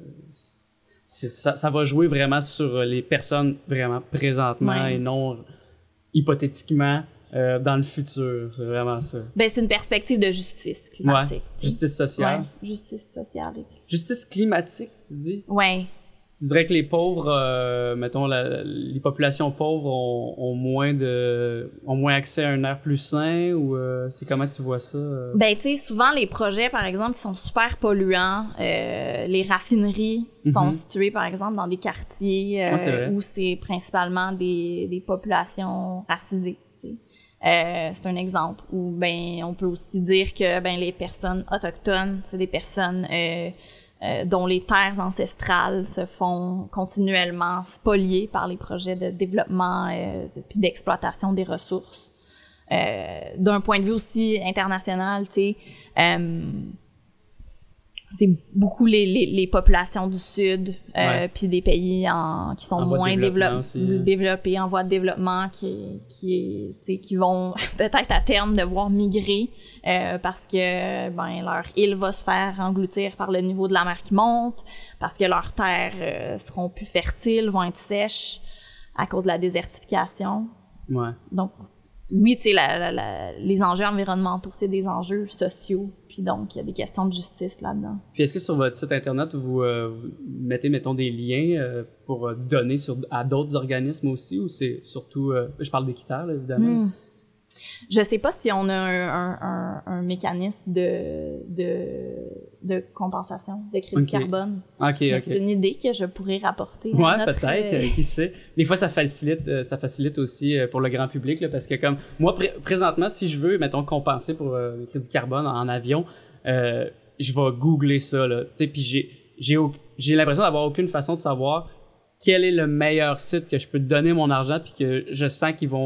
c'est, ça, ça va jouer vraiment sur les personnes vraiment présentement ouais. et non hypothétiquement Euh, dans le futur, c'est vraiment ça. Ben, c'est une perspective de justice climatique. Ouais. Justice sociale. Ouais. Justice sociale. Justice climatique, tu dis? Ouais. Tu dirais que les pauvres, euh, mettons, la, les populations pauvres ont, ont moins de, ont moins accès à un air plus sain, ou euh, c'est comment tu vois ça? Euh? Ben, tu sais, souvent les projets, par exemple, qui sont super polluants, euh, les raffineries mm-hmm. sont situées, par exemple, dans des quartiers euh, ah, c'est où c'est principalement des, des populations racisées, tu sais. Euh, c'est un exemple où ben on peut aussi dire que ben les personnes autochtones, c'est des personnes euh, euh, dont les terres ancestrales se font continuellement spolier par les projets de développement euh, de, puis d'exploitation des ressources. Euh, d'un point de vue aussi international, tu sais, euh, c'est beaucoup les, les, les populations du Sud, euh, ouais. puis des pays en, qui sont en moins de développés, aussi, développés, en voie de développement, qui, qui, qui vont peut-être à terme devoir migrer euh, parce que ben leur île va se faire engloutir par le niveau de la mer qui monte, parce que leurs terres euh, seront plus fertiles, vont être sèches à cause de la désertification. Ouais. Donc, oui, tu sais, la, la, la, les enjeux environnementaux, c'est des enjeux sociaux. Puis donc, il y a des questions de justice là-dedans. Puis est-ce que sur votre site Internet, vous, euh, vous mettez, mettons, des liens euh, pour donner sur, à d'autres organismes aussi, ou c'est surtout... Euh, je parle d'Équiterre, là, évidemment. Mm. Je sais pas si on a un, un, un, un mécanisme de, de, de compensation de crédit okay. carbone. OK, Mais OK. C'est une idée que je pourrais rapporter. Ouais, à notre... peut-être, euh, qui sait. Des fois, ça facilite, euh, ça facilite aussi euh, pour le grand public, là, parce que comme moi, pr- présentement, si je veux, mettons, compenser pour euh, le crédit carbone en avion, euh, je vais googler ça, là, tu sais, puis j'ai, j'ai, au- j'ai l'impression d'avoir aucune façon de savoir quel est le meilleur site que je peux donner mon argent, puis que je sens qu'ils vont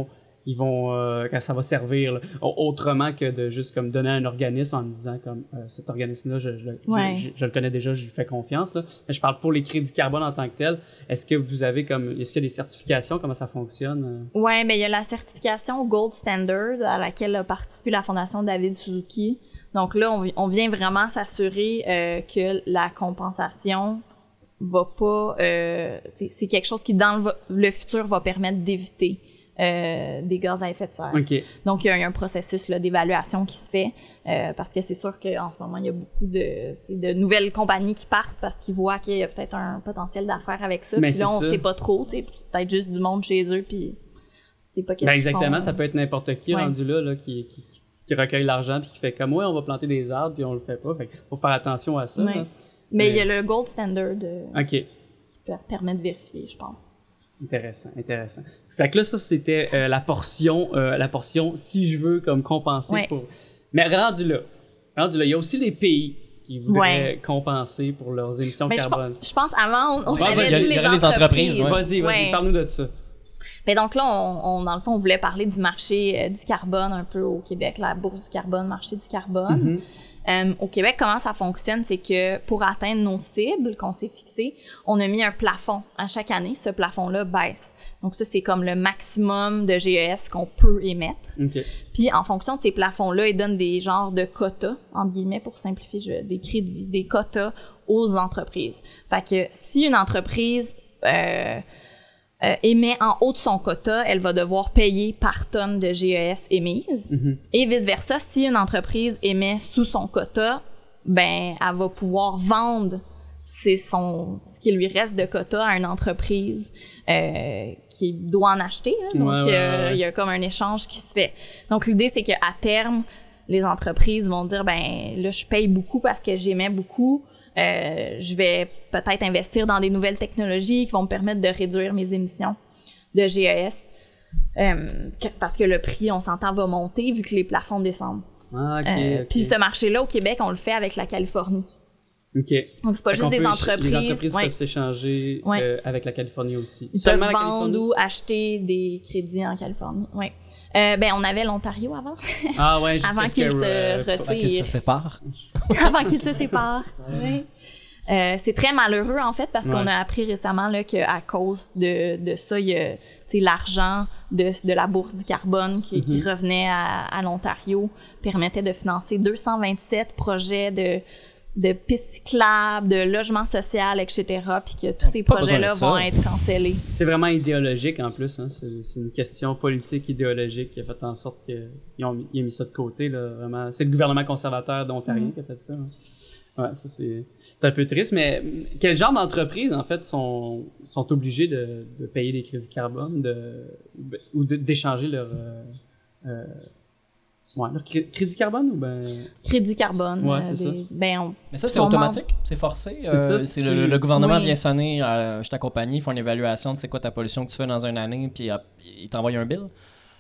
ils vont euh, quand ça va servir là, autrement que de juste comme donner à un organisme en disant comme euh, cet organisme-là, je, je, Ouais. je, je, je le connais déjà, je lui fais confiance. Là. Mais je parle pour les crédits carbone en tant que tel. Est-ce que vous avez comme, est-ce qu'il y a des certifications, comment ça fonctionne? Ouais, ben il y a la certification Gold Standard à laquelle a participé la Fondation David Suzuki. Donc là, on, on vient vraiment s'assurer euh, que la compensation va pas, euh, c'est quelque chose qui dans le, le futur va permettre d'éviter euh, des gaz à effet de serre. OK. Donc il y a, il y a un processus là, d'évaluation qui se fait euh, parce que c'est sûr qu'en ce moment il y a beaucoup de, de nouvelles compagnies qui partent parce qu'ils voient qu'il y a peut-être un potentiel d'affaires avec ça. Mais Puis là c'est on ça. sait pas trop, tu sais, peut-être juste du monde chez eux puis c'est pas qu'est-ce Ben qu'ils exactement, font. ça peut être n'importe qui Ouais. rendu là, là qui, qui, qui recueille l'argent puis qui fait comme ouais, on va planter des arbres puis on le fait pas. Fait qu'il faut faire attention à ça. Ouais. Là. Mais Mais- il y a le Gold Standard euh, OK. qui per- permet de vérifier, je pense. Intéressant, intéressant. Fait que là, ça, c'était euh, la portion, euh, la portion, si je veux, comme compenser Ouais. pour... Mais rendu là, rendu là, il y a aussi les pays qui voudraient Ouais. compenser pour leurs émissions Mais je, carbone. pense- je pense avant, on, on Ouais, avait vas-y, il y a- dit il y les aurait les entreprises, ouais. Vas-y, vas-y, Ouais. parle-nous de ça. Ben donc là, on, on, dans le fond, on voulait parler du marché euh, du carbone un peu au Québec, la bourse du carbone, marché du carbone. Mhm. Euh, au Québec, comment ça fonctionne, c'est que pour atteindre nos cibles qu'on s'est fixées, on a mis un plafond à chaque année. Ce plafond-là baisse. Donc ça, c'est comme le maximum de G E S qu'on peut émettre. OK. Puis en fonction de ces plafonds-là, ils donnent des genres de quotas, entre guillemets, pour simplifier, je- des crédits, des quotas aux entreprises. Fait que si une entreprise euh, euh, émet en haut de son quota, elle va devoir payer par tonne de G E S émise. Mhm. Et vice-versa, si une entreprise émet sous son quota, ben elle va pouvoir vendre c'est son, ce qui lui reste de quota à une entreprise euh, qui doit en acheter. Hein. Donc, Ouais, ouais, euh, ouais. il y a comme un échange qui se fait. Donc, l'idée, c'est qu'à terme, les entreprises vont dire, ben là, je paye beaucoup parce que j'émets beaucoup. Euh, je vais peut-être investir dans des nouvelles technologies qui vont me permettre de réduire mes émissions de G E S. Euh, que- parce que le prix, on s'entend, va monter vu que les plafonds descendent. Ah, OK, Euh, OK. Puis ce marché-là, au Québec, on le fait avec la Californie. OK. Donc, c'est pas Fait juste qu'on des peut éch- entreprises. Les entreprises ouais. peuvent s'échanger Ouais. euh, avec la Californie aussi. Ils Seulement peuvent la vendre Californie? ou acheter des crédits en Californie. Ouais. Euh, ben, on avait l'Ontario avant, Ah ouais, jusqu'à avant ce qu'il que, se euh, retire. Fait qu'ils se séparent. avant qu'ils se séparent. Oui. Euh, c'est très malheureux, en fait, parce Ouais. qu'on a appris récemment là, qu'à cause de, de ça, il y a tu sais, l'argent de, de la bourse du carbone qui, qui Mhm. revenait à, à l'Ontario permettait de financer deux cent vingt-sept projets de, de pistes cyclables, de logement social, et cetera, puis que tous ces Pas besoin de projets-là ça. vont être cancellés. C'est vraiment idéologique en plus. Hein. C'est, c'est une question politique idéologique qui a fait en sorte qu'ils ont, mis- ils ont mis ça de côté. Là, vraiment. C'est le gouvernement conservateur d'Ontario Mm. qui a fait ça. Hein. Ouais, ça c'est, c'est un peu triste. Mais quel genre d'entreprises en fait sont, sont obligées de, de payer des crédits carbone de, ou de- d'échanger leur, euh, euh, ouais, leur cré- crédit carbone ou ben Crédit carbone. Ouais, euh, c'est des- ça. Ben, on, Mais ça, c'est Son automatique, c'est forcé. C'est euh, ça, c'est c'est- le, le gouvernement Oui. vient sonner, euh, je t'accompagne, ils font une évaluation de c'est quoi ta pollution que tu fais dans une année, puis euh, ils t'envoient un bill.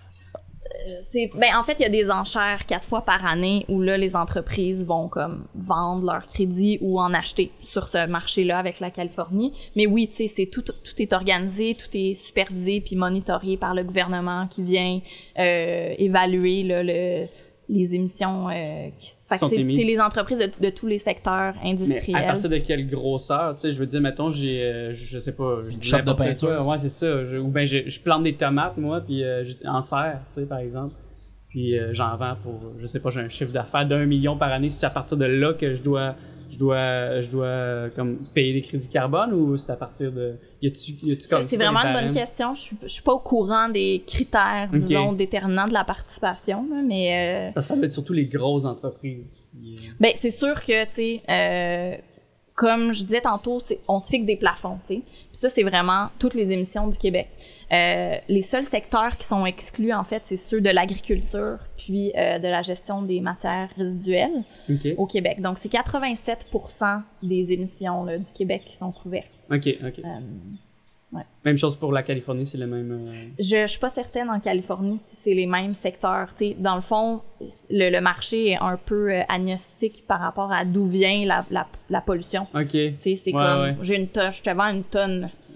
c'est, ben, en fait, il y a des enchères quatre fois par année où là, les entreprises vont comme vendre leur crédit ou en acheter sur ce marché-là avec la Californie. Mais oui, tu sais, c'est tout, tout est organisé, tout est supervisé puis monitoré par le gouvernement qui vient euh, évaluer là, le, les émissions. Euh, qui, fait que Sont c'est, émises. c'est les entreprises de, de tous les secteurs mais industriels. à partir de quelle grosseur, tu sais, je veux dire, mettons, j'ai, euh, je sais pas, je dis shop de n'importe peinture. quoi. Ouais, c'est ça. Je- ou ben, je, je plante des tomates, moi, puis euh, je- en serre, tu sais, par exemple. Puis euh, j'en vends pour, je sais pas, j'ai un chiffre d'affaires d'un million par année. C'est à partir de là que je dois, je dois, je dois, euh, comme, payer des crédits carbone ou c'est à partir de, y a-tu, y a-tu Ça, comme c'est c'est quoi vraiment les une bonne barèmes? question. Je suis, je suis pas au courant des critères, Ok. disons, déterminants de la participation, là, mais euh, Parce que ça doit être surtout les grosses entreprises. Puis, euh, ben c'est sûr que tu sais, euh, comme je disais tantôt, c'est, on se fixe des plafonds, tu sais. Puis ça, c'est vraiment toutes les émissions du Québec. Euh, les seuls secteurs qui sont exclus, en fait, c'est ceux de l'agriculture puis euh, de la gestion des matières résiduelles OK. au Québec. Donc, c'est quatre-vingt-sept pour cent des émissions là, du Québec qui sont couvertes. OK, OK. Euh, Même chose pour la Californie, c'est le même. euh, Je, je suis pas certaine en Californie si c'est les mêmes secteurs. Tu sais, dans le fond, le, le marché est un peu euh, agnostique par rapport à d'où vient la, la, la pollution. OK. Tu sais, c'est Ouais, comme, ouais. j'ai une tonne, je te vends une tonne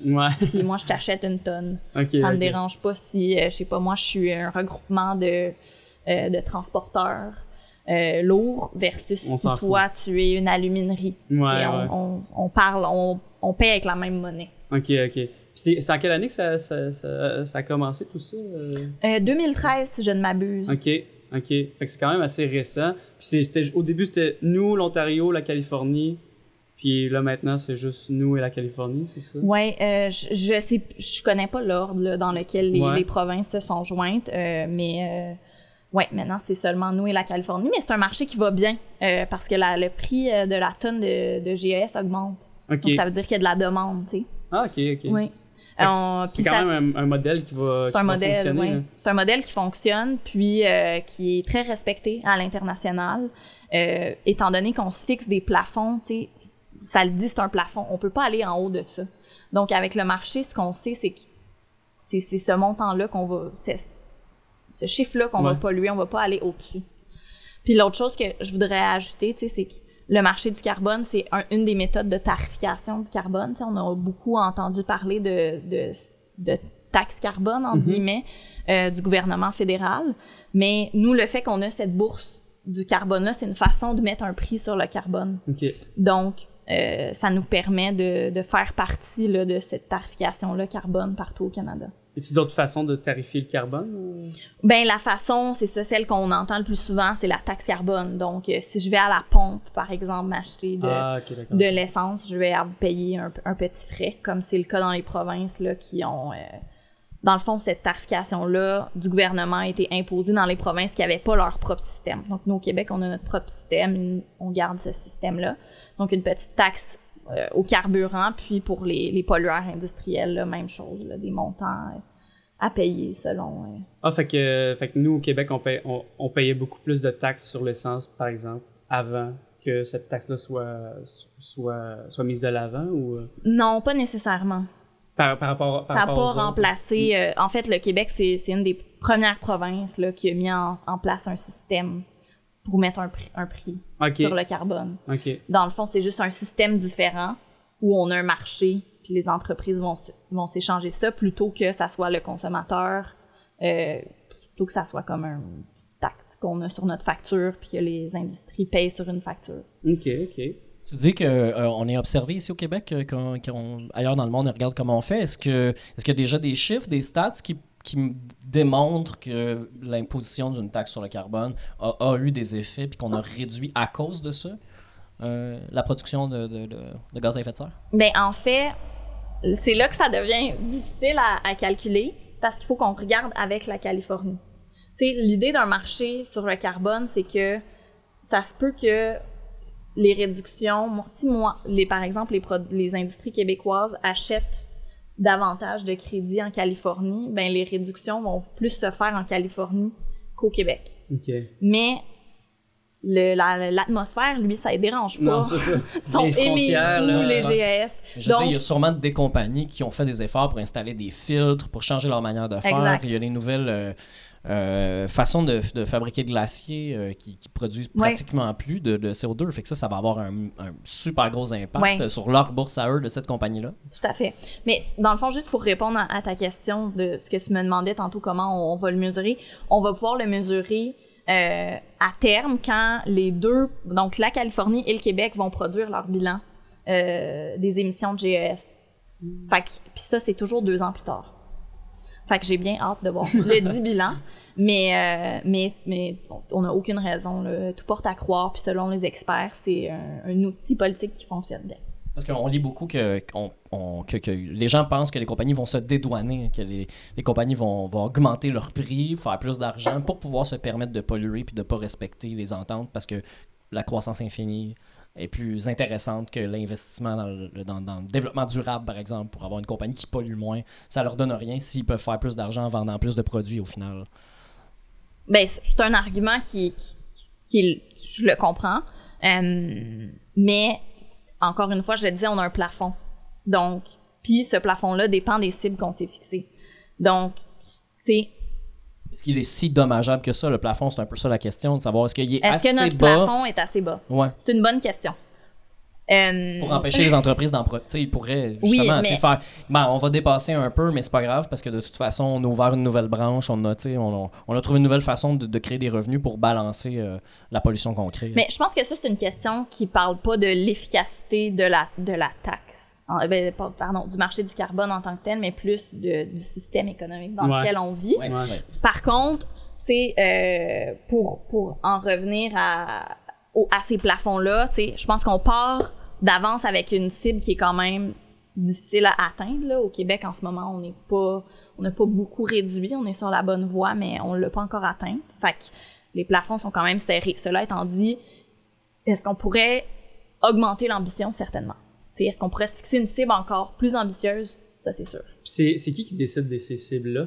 Ouais. Puis moi, je t'achète une tonne. Okay, ça me okay. dérange pas si, euh, je sais pas, moi, je suis un regroupement de, euh, de transporteurs euh, lourds versus On si toi, tu es une aluminerie. Ouais, on, ouais. on, on parle, on, on paie avec la même monnae. Ok, ok. Puis c'est, c'est en quelle année que ça, ça, ça, ça a commencé tout ça? Euh... Euh, deux mille treize, si je ne m'abuse. Ok, ok. Fait que c'est quand même assez récent. Puis c'est, c'était, au début, c'était nous, l'Ontario, la Californie. Puis là, maintenant, c'est juste nous et la Californie, c'est ça? Oui, euh, je, je sais, je connais pas l'ordre là, dans lequel les, Ouais. les provinces se sont jointes, euh, mais euh, ouais, maintenant c'est seulement nous et la Californie, mais c'est un marché qui va bien euh, parce que la, le prix euh, de la tonne de, de G E S augmente. Ok. Donc ça veut dire qu'il y a de la demande, tu sais. Ah, ok, ok. Oui. Fait que On- c'est puis quand ça- même un, un modèle qui va, C'est qui un va modèle, fonctionner. oui. là. C'est un modèle qui fonctionne, puis euh, qui est très respecté à l'international, euh, étant donné qu'on se fixe des plafonds, tu sais, ça le dit, c'est un plafond, on peut pas aller en haut de ça. Donc avec le marché, ce qu'on sait, c'est que c'est, c'est ce montant-là qu'on va, c'est, ce chiffre-là qu'on Ouais. va polluer, on va pas aller au-dessus. Puis l'autre chose que je voudrais ajouter, tu sais, c'est que le marché du carbone, c'est un- une des méthodes de tarification du carbone. Tu sais, on a beaucoup entendu parler de, de, de taxe carbone, entre Mhm. guillemets, euh, du gouvernement fédéral. Mais nous, le fait qu'on a cette bourse du carbone-là, c'est une façon de mettre un prix sur le carbone. Ok. Donc, euh, ça nous permet de, de faire partie là, de cette tarification-là carbone partout au Canada. Y a-t-il d'autres façons de tarifier le carbone? ou- Ben la façon, c'est ça, celle qu'on entend le plus souvent, c'est la taxe carbone. Donc, euh, si je vais à la pompe, par exemple, m'acheter de, Ah, ok, d'accord. de l'essence, je vais avoir payer un, un petit frais, comme c'est le cas dans les provinces là, qui ont... euh, dans le fond, cette tarification-là du gouvernement a été imposée dans les provinces qui n'avaient pas leur propre système. Donc, nous, au Québec, on a notre propre système, on garde ce système-là. Donc, une petite taxe euh, au carburant, puis pour les, les pollueurs industriels, là, même chose, là, des montants euh, à payer selon... euh, Ah, fait que, fait que nous, au Québec, on, paye, on, on payait beaucoup plus de taxes sur l'essence, par exemple, avant que cette taxe-là soit, soit, soit mise de l'avant ou euh, Non, pas nécessairement. par, par rapport, par Ça n'a rapport pas aux autres? remplacé... euh, en fait, le Québec, c'est c'est une des premières provinces là, qui a mis en, en place un système pour mettre un prix, un prix Ok. sur le carbone. Ok. Dans le fond, c'est juste un système différent où on a un marché, puis les entreprises vont, s- vont s'échanger ça plutôt que ça soit le consommateur, euh, plutôt que ça soit comme un petite taxe qu'on a sur notre facture, puis que les industries payent sur une facture. Ok, ok. Tu dis qu'on euh, est observé ici au Québec, euh, qu'on, qu'on- ailleurs dans le monde, on regarde comment on fait. Est-ce, que, est-ce qu'il y a déjà des chiffres, des stats qui, qui m- démontrent que l'imposition d'une taxe sur le carbone a, a eu des effets puis qu'on a réduit à cause de ça euh, la production de, de, de, de gaz à effet de serre? Ben en fait, c'est là que ça devient difficile à, à calculer parce qu'il faut qu'on regarde avec la Californie. Tu sais, l'idée d'un marché sur le carbone, c'est que ça se peut que les réductions, si moi, les, par exemple, les, prod- les industries québécoises achètent davantage de crédits en Californie, ben les réductions vont plus se faire en Californie qu'au Québec. Ok. Mais le, la- l'atmosphère, lui, ça ne dérange pas. Non, c'est ça. Sont Les émises frontières, où, là, les ouais. G E S. Je veux Donc, dire, il y a sûrement des compagnies qui ont fait des efforts pour installer des filtres, pour changer leur manière de faire. Exact. Il y a des nouvelles euh, euh, façons de, de fabriquer de l'acier euh, qui, qui produisent Ouais. pratiquement plus de, de C O deux. Fait que ça, ça va avoir un, un super gros impact Ouais. sur leur bourse à eux de cette compagnie-là. tout à fait. Mais dans le fond, juste pour répondre à, à ta question de ce que tu me demandais tantôt, comment on, on va le mesurer, on va pouvoir le mesurer euh, à terme quand les deux, donc la Californie et le Québec vont produire leur bilan euh, des émissions de G E S. Fait que, puis ça, c'est toujours deux ans plus tard. Fait que j'ai bien hâte de voir le dit bilan, mais, euh, mais, mais on n'a aucune raison. Là. Tout porte à croire, puis selon les experts, c'est un, un outil politique qui fonctionne bien. Parce qu'on lit beaucoup que, qu'on- on- que, que les gens pensent que les compagnies vont se dédouaner, que les, les compagnies vont, vont augmenter leur prix, faire plus d'argent pour pouvoir se permettre de polluer puis de ne pas respecter les ententes parce que la croissance infinie est plus intéressante que l'investissement dans le, dans, dans le développement durable, par exemple, pour avoir une compagnie qui pollue moins. Ça leur donne rien s'ils peuvent faire plus d'argent en vendant plus de produits au final. Ben, c'est c'est un argument qui, qui, qui, qui est- je le comprends, euh, mais encore une fois, je le disais, on a un plafond. Donc, puis ce plafond-là dépend des cibles qu'on s'est fixées. Donc, tu sais, Est-ce qu'il est si dommageable que ça, le plafond? C'est un peu ça la question, de savoir est-ce qu'il est est-ce assez que notre bas? plafond est assez bas? Ouais. C'est une bonne question. Euh, Pour empêcher les entreprises d'en pro- tu sais, ils pourraient justement Oui, tu sais, mais- faire ben, on va dépasser un peu, mais c'est pas grave parce que de toute façon, on a ouvert une nouvelle branche, on a, tu sais, on a, on a trouvé une nouvelle façon de, de créer des revenus pour balancer euh, la pollution qu'on crée. Mais je pense que ça, c'est une question qui parle pas de l'efficacité de la, de la taxe. En- ben, pas- pardon, du marché du carbone en tant que tel, mais plus de, du système économique dans Ouais. lequel on vit. Ouais, Ouais. ouais. Par contre, tu sais, euh, pour, pour en revenir à, au- à ces plafonds-là, tu sais, je pense qu'on part d'avance avec une cible qui est quand même difficile à atteindre. Là. Au Québec, en ce moment, on n'est pas, on n'a pas beaucoup réduit, on est sur la bonne voie, mais on l'a pas encore atteint. Fait que les plafonds sont quand même serrés. Cela étant dit, est-ce qu'on pourrait augmenter l'ambition? Certainement. Tu sais, est-ce qu'on pourrait se fixer une cible encore plus ambitieuse? Ça, c'est sûr. Puis c'est, c'est qui qui décide de ces cibles-là?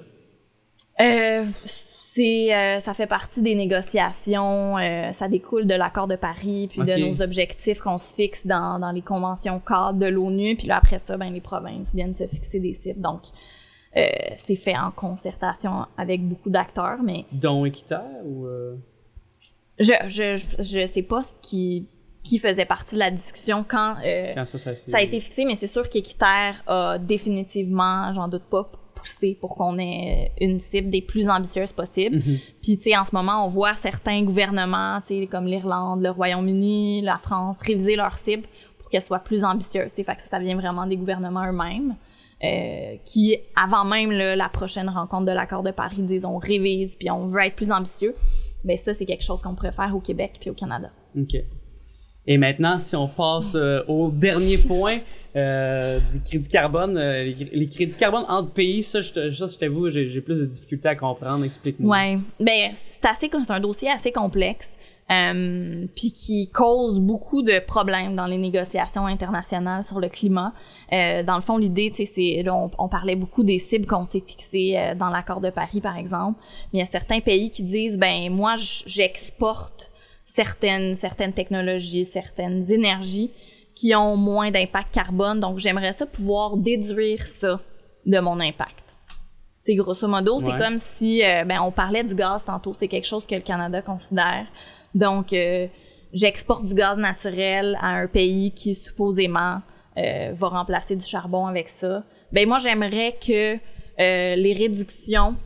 Euh, c'est, euh, ça fait partie des négociations, euh, ça découle de l'accord de Paris, puis Ok. de nos objectifs qu'on se fixe dans, dans les conventions cadres de l'ONU, puis là, après ça, ben, les provinces viennent se fixer des cibles. Donc, euh, c'est fait en concertation avec beaucoup d'acteurs, mais Dont Équiterre ou... euh, je, je, je, je sais pas ce qui, qui faisait partie de la discussion quand, euh, Quand ça, ça, c'est- ça a été fixé, mais c'est sûr qu'Équiterre a définitivement, j'en doute pas, poussé pour qu'on ait une cible des plus ambitieuses possibles. Mhm. Puis, tu sais, en ce moment, on voit certains gouvernements, tu sais, comme l'Irlande, le Royaume-Uni, la France, réviser leurs cibles pour qu'elles soient plus ambitieuses. Tu sais, fait que ça, ça vient vraiment des gouvernements eux-mêmes euh, qui, avant même là, la prochaine rencontre de l'accord de Paris, disent on révise puis on veut être plus ambitieux. Bien, ça, c'est quelque chose qu'on pourrait faire au Québec puis au Canada. OK. Et maintenant, si on passe euh, au dernier point euh, du crédit carbone, euh, les, les crédits carbone entre pays, ça, je, te- ça, je t'avoue, j'ai, j'ai plus de difficultés à comprendre. Explique-moi. Ouais, ben c'est assez, c'est un dossier assez complexe, euh, puis qui cause beaucoup de problèmes dans les négociations internationales sur le climat. Euh, dans le fond, l'idée, tu sais, c'est là, on, on parlait beaucoup des cibles qu'on s'est fixées euh, dans l'accord de Paris, par exemple. Mais il y a certains pays qui disent, ben moi, j- j'exporte certaines certaines technologies, certaines énergies qui ont moins d'impact carbone, donc j'aimerais ça pouvoir déduire ça de mon impact. C'est grosso modo, c'est Ouais. comme si, euh, ben, on parlait du gaz tantôt, c'est quelque chose que le Canada considère. Donc, euh, j'exporte du gaz naturel à un pays qui, supposément, euh, va remplacer du charbon avec ça. Ben, moi, j'aimerais que euh, les réductions,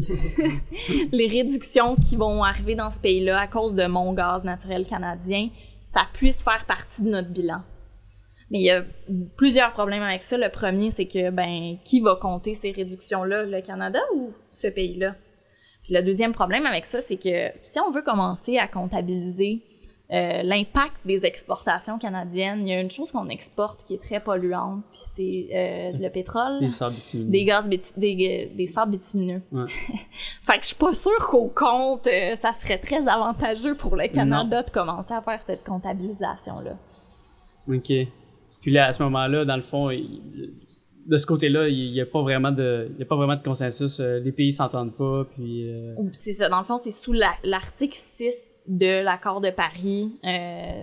les réductions qui vont arriver dans ce pays-là à cause de mon gaz naturel canadien, ça puisse faire partie de notre bilan. Mais il y a plusieurs problèmes avec ça. Le premier, c'est que, ben, qui va compter ces réductions-là, le Canada ou ce pays-là? Puis le deuxième problème avec ça, c'est que si on veut commencer à comptabiliser euh, l'impact des exportations canadiennes, il y a une chose qu'on exporte qui est très polluante, puis c'est euh, le pétrole, Les sables bitumineux. des gaz bitu- des, des sables bitumineux. Ouais. Fait que je suis pas sûre qu'au compte, euh, ça serait très avantageux pour le Canada de commencer à faire cette comptabilisation-là. OK. Puis là, à ce moment-là, dans le fond, il- de ce côté-là, il n'y a pas vraiment de, il y a pas vraiment de consensus. Euh, les pays s'entendent pas, puis... euh, Ou c'est ça. Dans le fond, c'est sous la- l'article six de l'accord de Paris. Euh,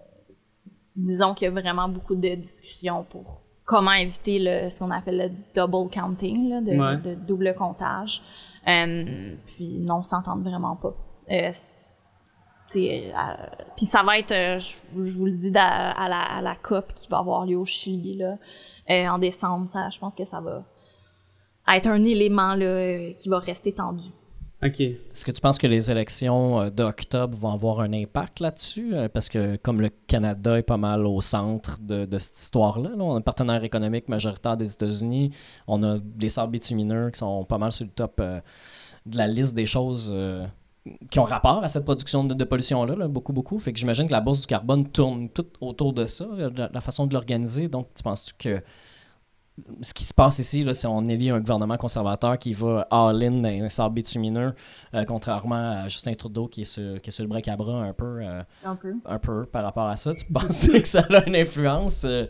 disons qu'il y a vraiment beaucoup de discussions pour comment éviter le, ce qu'on appelle le double counting, là, de, Ouais. de double comptage. Euh, puis non, s'entendent vraiment pas. Euh, c'est- t'sais, euh, puis ça va être, euh, je, je vous le dis, à, à la, à la COP qui va avoir lieu au Chili là, euh, en décembre. Ça, je pense que ça va être un élément là, euh, qui va rester tendu. OK. Est-ce que tu penses que les élections euh, d'octobre vont avoir un impact là-dessus? Euh, Parce que comme le Canada est pas mal au centre de, de cette histoire-là, là, on a un partenaire économique majoritaire des États-Unis, on a des sables bitumineux qui sont pas mal sur le top euh, de la liste des choses euh, qui ont rapport à cette production de, de pollution-là, là, beaucoup, beaucoup. Fait que j'imagine que la bourse du carbone tourne tout autour de ça, la, la façon de l'organiser. Donc, tu penses-tu que ce qui se passe ici, là, c'est on élit un gouvernement conservateur qui va all-in dans les sables bitumineux, euh, contrairement à Justin Trudeau qui est sur, qui est sur le bric-à-bras un peu, euh, Un peu. un peu par rapport à ça. Tu penses que ça a une influence? Euh,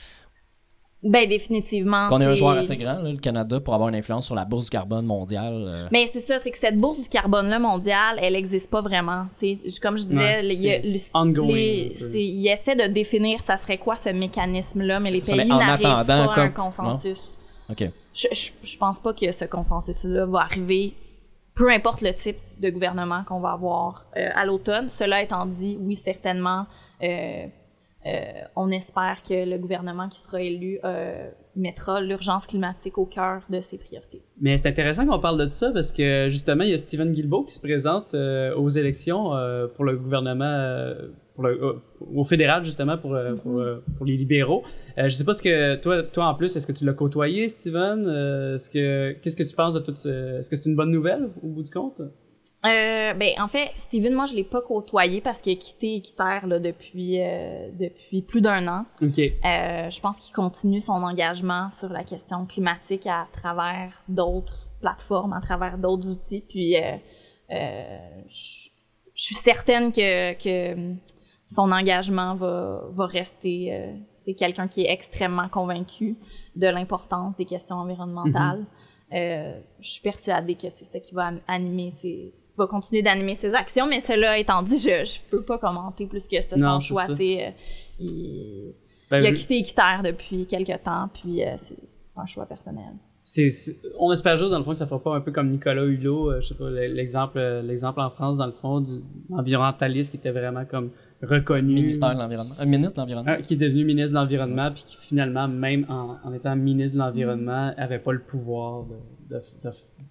Ben, définitivement. qu'on est un t'sais. joueur assez grand, là, le Canada, pour avoir une influence sur la bourse du carbone mondiale. euh, Mais c'est ça, c'est que cette bourse du carbone-là mondiale, elle n'existe pas vraiment. T'sais, comme je disais, Ouais, il y a- c'est le- ongoing, les- un peu. c'est- ils essaient de définir ça serait quoi ce mécanisme-là, mais les C'est ça, pays mais en n'arrivent attendant, pas à comme- un consensus. OK. Je, je, je pense pas que ce consensus-là va arriver, peu importe le type de gouvernement qu'on va avoir euh, à l'automne. Cela étant dit, oui, certainement, euh, euh, on espère que le gouvernement qui sera élu euh, mettra l'urgence climatique au cœur de ses priorités. Mais c'est intéressant qu'on parle de ça parce que justement, il y a Stephen Guilbeault qui se présente euh, aux élections euh, pour le gouvernement, euh, pour le, euh, au fédéral justement pour, euh, pour, euh, pour les libéraux. Euh, je sais pas ce que toi, toi en plus, est-ce que tu l'as côtoyé, Stephen? Euh, est-ce que qu'est-ce que tu penses de tout ce... Est-ce que c'est une bonne nouvelle au bout du compte? Euh, ben en fait, Stephen, moi je l'ai pas côtoyé parce qu'il a quitté Équiterre là, depuis euh, depuis plus d'un an. Ok. Euh, je pense qu'il continue son engagement sur la question climatique à travers d'autres plateformes, à travers d'autres outils. Puis euh, euh, je suis certaine que que son engagement va va rester. Euh, c'est quelqu'un qui est extrêmement convaincu de l'importance des questions environnementales. Mm-hmm. Euh, je suis persuadée que c'est ça qui va animer ses, va continuer d'animer ses actions, mais cela étant dit, je je peux pas commenter plus que ça, non, son choix. Ça. Euh, il, ben, il a oui. quitté Équiterre depuis quelques temps, puis euh, c'est, c'est un choix personnel. C'est, c'est, on espère juste dans le fond que ça fera pas un peu comme Nicolas Hulot, euh, je sais pas l'exemple, l'exemple en France dans le fond du environnementaliste qui était vraiment comme reconnu. Ministère de l'environnement. Un ministre de l'environnement. Euh, qui est devenu ministre de l'environnement, puis qui finalement, même en, en étant ministre de l'environnement, avait pas le pouvoir de, de, de,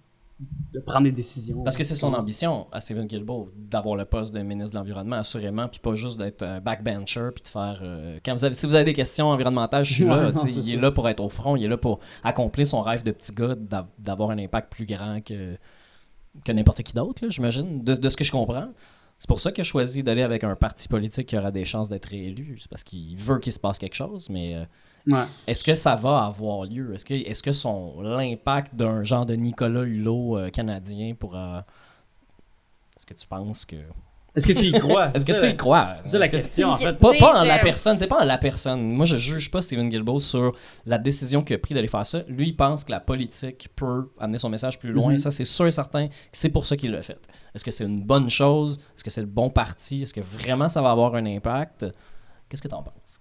de prendre des décisions. Parce que c'est son ambition à Stephen Guilbeault d'avoir le poste de ministre de l'environnement, assurément, puis pas juste d'être un backbencher, puis de faire... Euh, quand vous avez, si vous avez des questions environnementales, je suis ouais, là. non, il ça. est là pour être au front, il est là pour accomplir son rêve de petit gars, d'av- d'avoir un impact plus grand que, que n'importe qui d'autre, là, j'imagine, de, de ce que je comprends. C'est pour ça qu'il a choisi d'aller avec un parti politique qui aura des chances d'être réélu. C'est parce qu'il veut qu'il se passe quelque chose, mais euh, ouais. est-ce que ça va avoir lieu? Est-ce que, est-ce que son, l'impact d'un genre de Nicolas Hulot euh, canadien pourra... Est-ce que tu penses que... Est-ce que tu y crois? Est-ce que tu y crois? C'est ça la question, en fait. Pas, T'sais, pas en je- la personne, c'est pas en la personne. Moi, je juge pas Stephen Guilbeault sur la décision qu'il a prise d'aller faire ça. Lui, il pense que la politique peut amener son message plus loin. Mm-hmm. Ça, c'est sûr et certain que c'est pour ça qu'il l'a fait. Est-ce que c'est une bonne chose? Est-ce que c'est le bon parti? Est-ce que vraiment ça va avoir un impact? Qu'est-ce que t'en penses?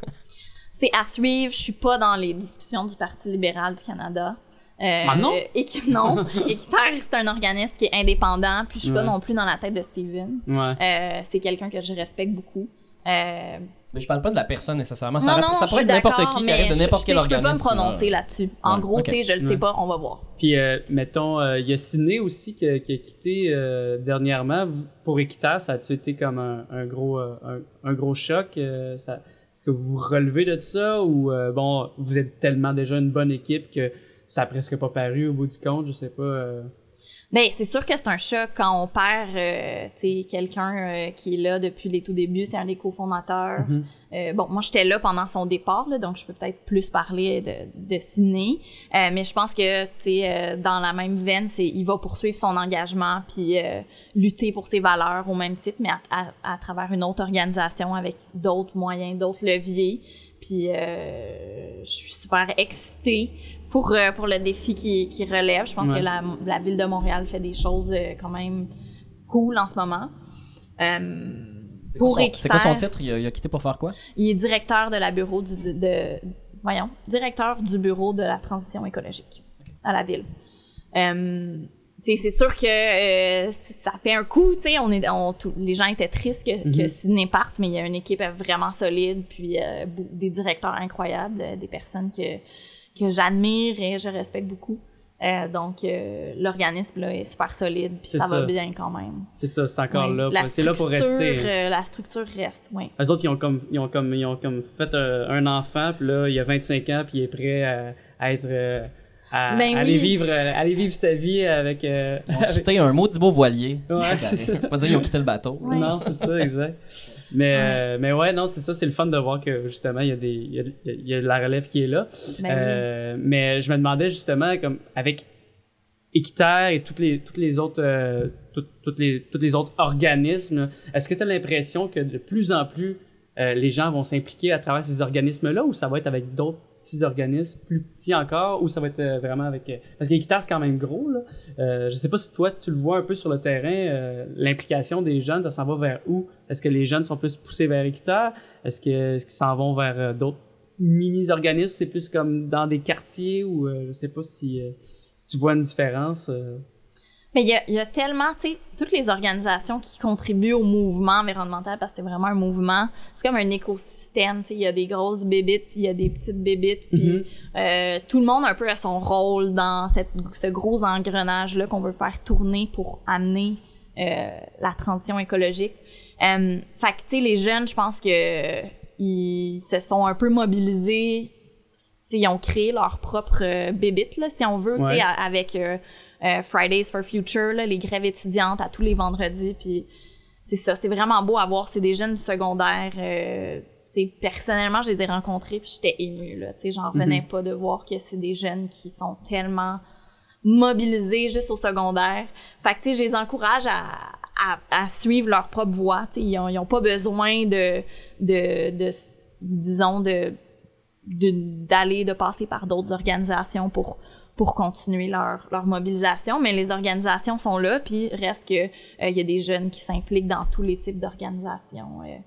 C'est à suivre. Je suis pas dans les discussions du Parti libéral du Canada. Euh, Ah non? Et qui, non. Équiterre, c'est un organisme qui est indépendant, puis je suis Ouais. pas non plus dans la tête de Steven. Ouais. Euh, c'est quelqu'un que je respecte beaucoup. Euh, Mais je parle pas de la personne nécessairement. non, Ça, non, ça je pourrait suis être n'importe d'accord, qui qui mais arrive de je- n'importe quel je, je peux organisme. pas me prononcer là. là-dessus. En Ouais, gros, ok. tu sais, je le sais Ouais. pas, on va voir. Puis, euh, mettons, euh, il y a Sydney aussi qui a, qui a quitté euh, dernièrement. Pour Équiterre, ça a-tu été comme un, un, gros, euh, un, un gros choc? Euh, ça, est-ce que vous vous relevez de ça ou, euh, bon, vous êtes tellement déjà une bonne équipe que ça a presque pas paru au bout du compte, je sais pas. Euh... Ben, c'est sûr que c'est un choc quand on perd, euh, tu sais, quelqu'un euh, qui est là depuis les tout débuts, c'est un des cofondateurs. Mm-hmm. Euh, bon, moi, j'étais là pendant son départ, là, donc je peux peut-être plus parler de, de Sydney. Euh, mais je pense que, tu sais, euh, dans la même veine, c'est il va poursuivre son engagement puis euh, lutter pour ses valeurs au même titre, mais à, à, à travers une autre organisation avec d'autres moyens, d'autres leviers. Puis euh, je suis super excitée pour, euh, pour le défi qui, qui relève. Je pense Ouais. que la, la Ville de Montréal fait des choses euh, quand même cool en ce moment. Euh, C'est pour quoi son- C'est quoi son Équiterre, titre? Il a, il a quitté pour faire quoi? il est directeur de la bureau du, de, de- voyons, directeur du bureau de la transition écologique à la Ville. Euh, tu sais, c'est sûr que euh, c- ça fait un coup, tu sais, on est, on, tout- les gens étaient tristes que, Mhm. que Sydney parte, mais il y a une équipe vraiment solide, puis euh, bou- des directeurs incroyables, euh, des personnes que, que j'admire et je respecte beaucoup. Euh, donc, euh, l'organisme là, est super solide, puis C'est ça, ça. va bien quand même. C'est ça, c'est encore Oui. là. La C'est là pour structure, rester. euh, la structure reste, oui. Eux autres, ils ont comme, ils ont comme, ils ont comme fait euh, un enfant, puis là, il a vingt-cinq ans, puis il est prêt à, à être. euh, à, Ben à aller, oui. vivre, euh, aller vivre sa vie avec. euh, Ils ont avec- quitté un maudit beau voilier. C'est Ouais. ça qui arrive. Faut pas dire qu'ils ont quitté le bateau. Ouais. Non, c'est ça, exact. Mais, Ouais. euh, mais ouais, non, c'est ça, c'est le fun de voir que justement, il y a, des, il y a, il y a de la relève qui est là. Ben oui. Euh, mais je me demandais justement, comme avec Équiterre et toutes les, toutes les autres, euh, toutes, toutes les, tous les autres organismes, est-ce que tu as l'impression que de plus en plus euh, les gens vont s'impliquer à travers ces organismes-là ou ça va être avec d'autres petits organismes plus petits encore ou ça va être euh, vraiment avec... euh, parce qu'Équiterre, c'est quand même gros, là. Euh, je sais pas si toi, tu le vois un peu sur le terrain, euh, l'implication des jeunes, ça s'en va vers où? Est-ce que les jeunes sont plus poussés vers Équiterre? Est-ce que, est-ce qu'ils s'en vont vers euh, d'autres mini-organismes? C'est plus comme dans des quartiers ou euh, je sais pas si... euh, si tu vois une différence. Euh... Mais il y a, il y a tellement, tu sais, toutes les organisations qui contribuent au mouvement environnemental, parce que c'est vraiment un mouvement, c'est comme un écosystème, tu sais, il y a des grosses bébites, il y a des petites bébites, puis Mm-hmm. euh, tout le monde un peu a son rôle dans cette, ce gros engrenage-là qu'on veut faire tourner pour amener euh, la transition écologique. Euh, fait que, tu sais, les jeunes, je pense que ils se sont un peu mobilisés, tu sais, ils ont créé leur propre euh, bébite, là, si on veut, Ouais. tu sais, a- avec euh, euh, Fridays for Future, là, les grèves étudiantes à tous les vendredis, puis c'est ça, c'est vraiment beau à voir, c'est des jeunes secondaires, euh, tu sais, personnellement, je les ai rencontrés, puis j'étais émue, là, tu sais, j'en revenais Mhm. pas de voir que c'est des jeunes qui sont tellement mobilisés juste au secondaire. Fait que, tu sais, je les encourage à, à, à suivre leur propre voie, tu sais, ils ont, ils ont pas besoin de, de, de, disons, de, de, d'aller, de passer par d'autres organisations pour, pour continuer leur, leur mobilisation, mais les organisations sont là, puis reste que euh, il y a des jeunes qui s'impliquent dans tous les types d'organisations. Euh.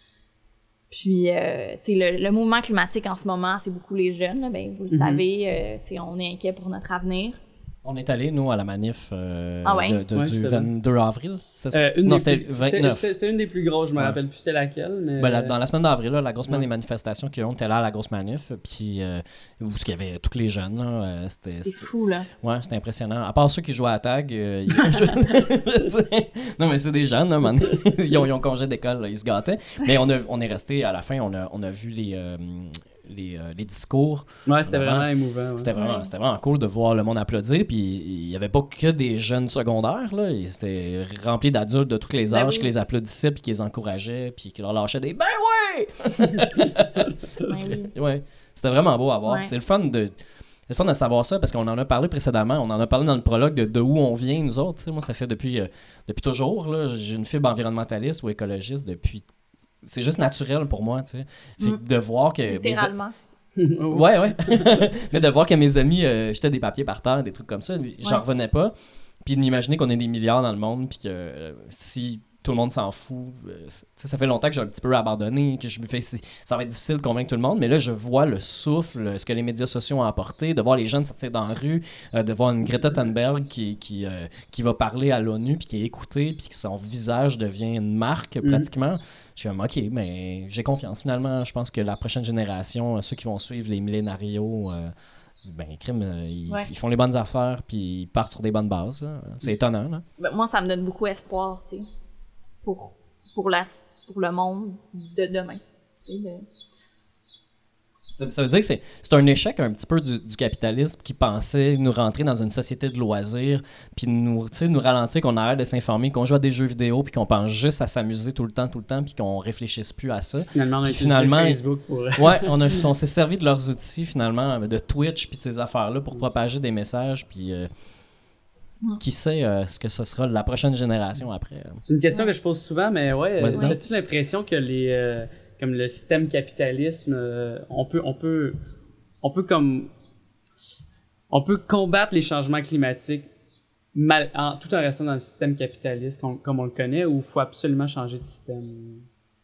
Puis, euh, tu sais, le, le mouvement climatique en ce moment, c'est beaucoup les jeunes, là, ben, vous le Mhm. savez, euh, tu sais, on est inquiet pour notre avenir. On est allé, nous, à la manif euh, Ah ouais? de- de- Ouais, du c'est vingt-deux avril. c'est ça? Euh, une non, des c'était plus- le vingt-neuf. C'était, c'était une des plus grosses, je me Ouais. rappelle plus c'était laquelle, mais... Ben, la- dans la semaine d'avril, là, la grosse semaine Ouais. des manifestations qui ont, on était là à la grosse manif, puis euh, où il y avait tous les jeunes, là, euh, c'était, C'est c'était- fou, là. ouais, c'était impressionnant. À part ceux qui jouaient à tag, euh, ils- non mais c'est des jeunes, là, man. ils, ont, ils ont congé d'école, là, ils se gâtaient. Mais on, a, on est resté à la fin, on a, on a vu les, euh, les, euh, les discours. Ouais, c'était Vraiment. vraiment émouvant. Ouais. C'était vraiment, Ouais. c'était vraiment cool de voir le monde applaudir. Puis il n'y avait pas que des jeunes secondaires. Là. C'était rempli d'adultes de tous les Ben âges oui. qui les applaudissaient, puis qui les encourageaient, puis qui leur lâchaient des « Ben ouais! » Ben oui. Ouais, c'était vraiment beau à voir. Ouais. Puis c'est le fun de... C'est le fun de savoir ça parce qu'on en a parlé précédemment. On en a parlé dans le prologue de, de où on vient, nous autres. Tu sais, moi, ça fait depuis, euh, depuis toujours. Là, j'ai une fibre environnementaliste ou écologiste depuis. C'est juste naturel pour moi. Tu sais. Fait que Mm. de voir que. mes- Littéralement. Ouais, ouais. Mais de voir que mes amis euh, jetaient des papiers par terre, des trucs comme ça, j'en Ouais. revenais pas. Puis de m'imaginer qu'on est des milliards dans le monde, puis que euh, si tout le monde s'en fout, euh, tu sais, ça fait longtemps que j'ai un petit peu abandonné, que je me fais. si- Ça va être difficile de convaincre tout le monde, mais là, je vois le souffle, ce que les médias sociaux ont apporté, de voir les jeunes sortir dans la rue, euh, de voir une Greta Thunberg qui, qui, euh, qui va parler à l'ONU, puis qui est écoutée, puis que son visage devient une marque Mhm. pratiquement. Je suis comme, OK, mais j'ai confiance. Finalement, je pense que la prochaine génération, euh, ceux qui vont suivre les millénarios, euh, ben, crime, euh, ils, Ouais. ils font les bonnes affaires, puis ils partent sur des bonnes bases. là. C'est étonnant, là. Ben, moi, ça me donne beaucoup espoir, tu sais, pour, pour, la, pour le monde de demain. Tu sais, de... Ça, ça veut dire que c'est, c'est un échec un petit peu du, du capitalisme qui pensait nous rentrer dans une société de loisirs, puis nous, tu sais, nous ralentir, qu'on arrête de s'informer, qu'on joue à des jeux vidéo, puis qu'on pense juste à s'amuser tout le temps, tout le temps, puis qu'on réfléchisse plus à ça. Finalement, on a Puis utilisé finalement, Facebook pour... Ouais, on, a, on s'est servi de leurs outils, finalement, de Twitch, puis de ces affaires-là, pour propager des messages, puis euh, Mm. qui sait euh, ce que ce sera la prochaine génération après. C'est une question que je pose souvent, mais ouais, Vas-y euh, donc. as-tu l'impression que les, euh, comme le système capitalisme, euh, on peut, on peut, on peut comme, on peut combattre les changements climatiques mal, en, tout en restant dans le système capitaliste com- comme on le connaît, ou il faut absolument changer de système?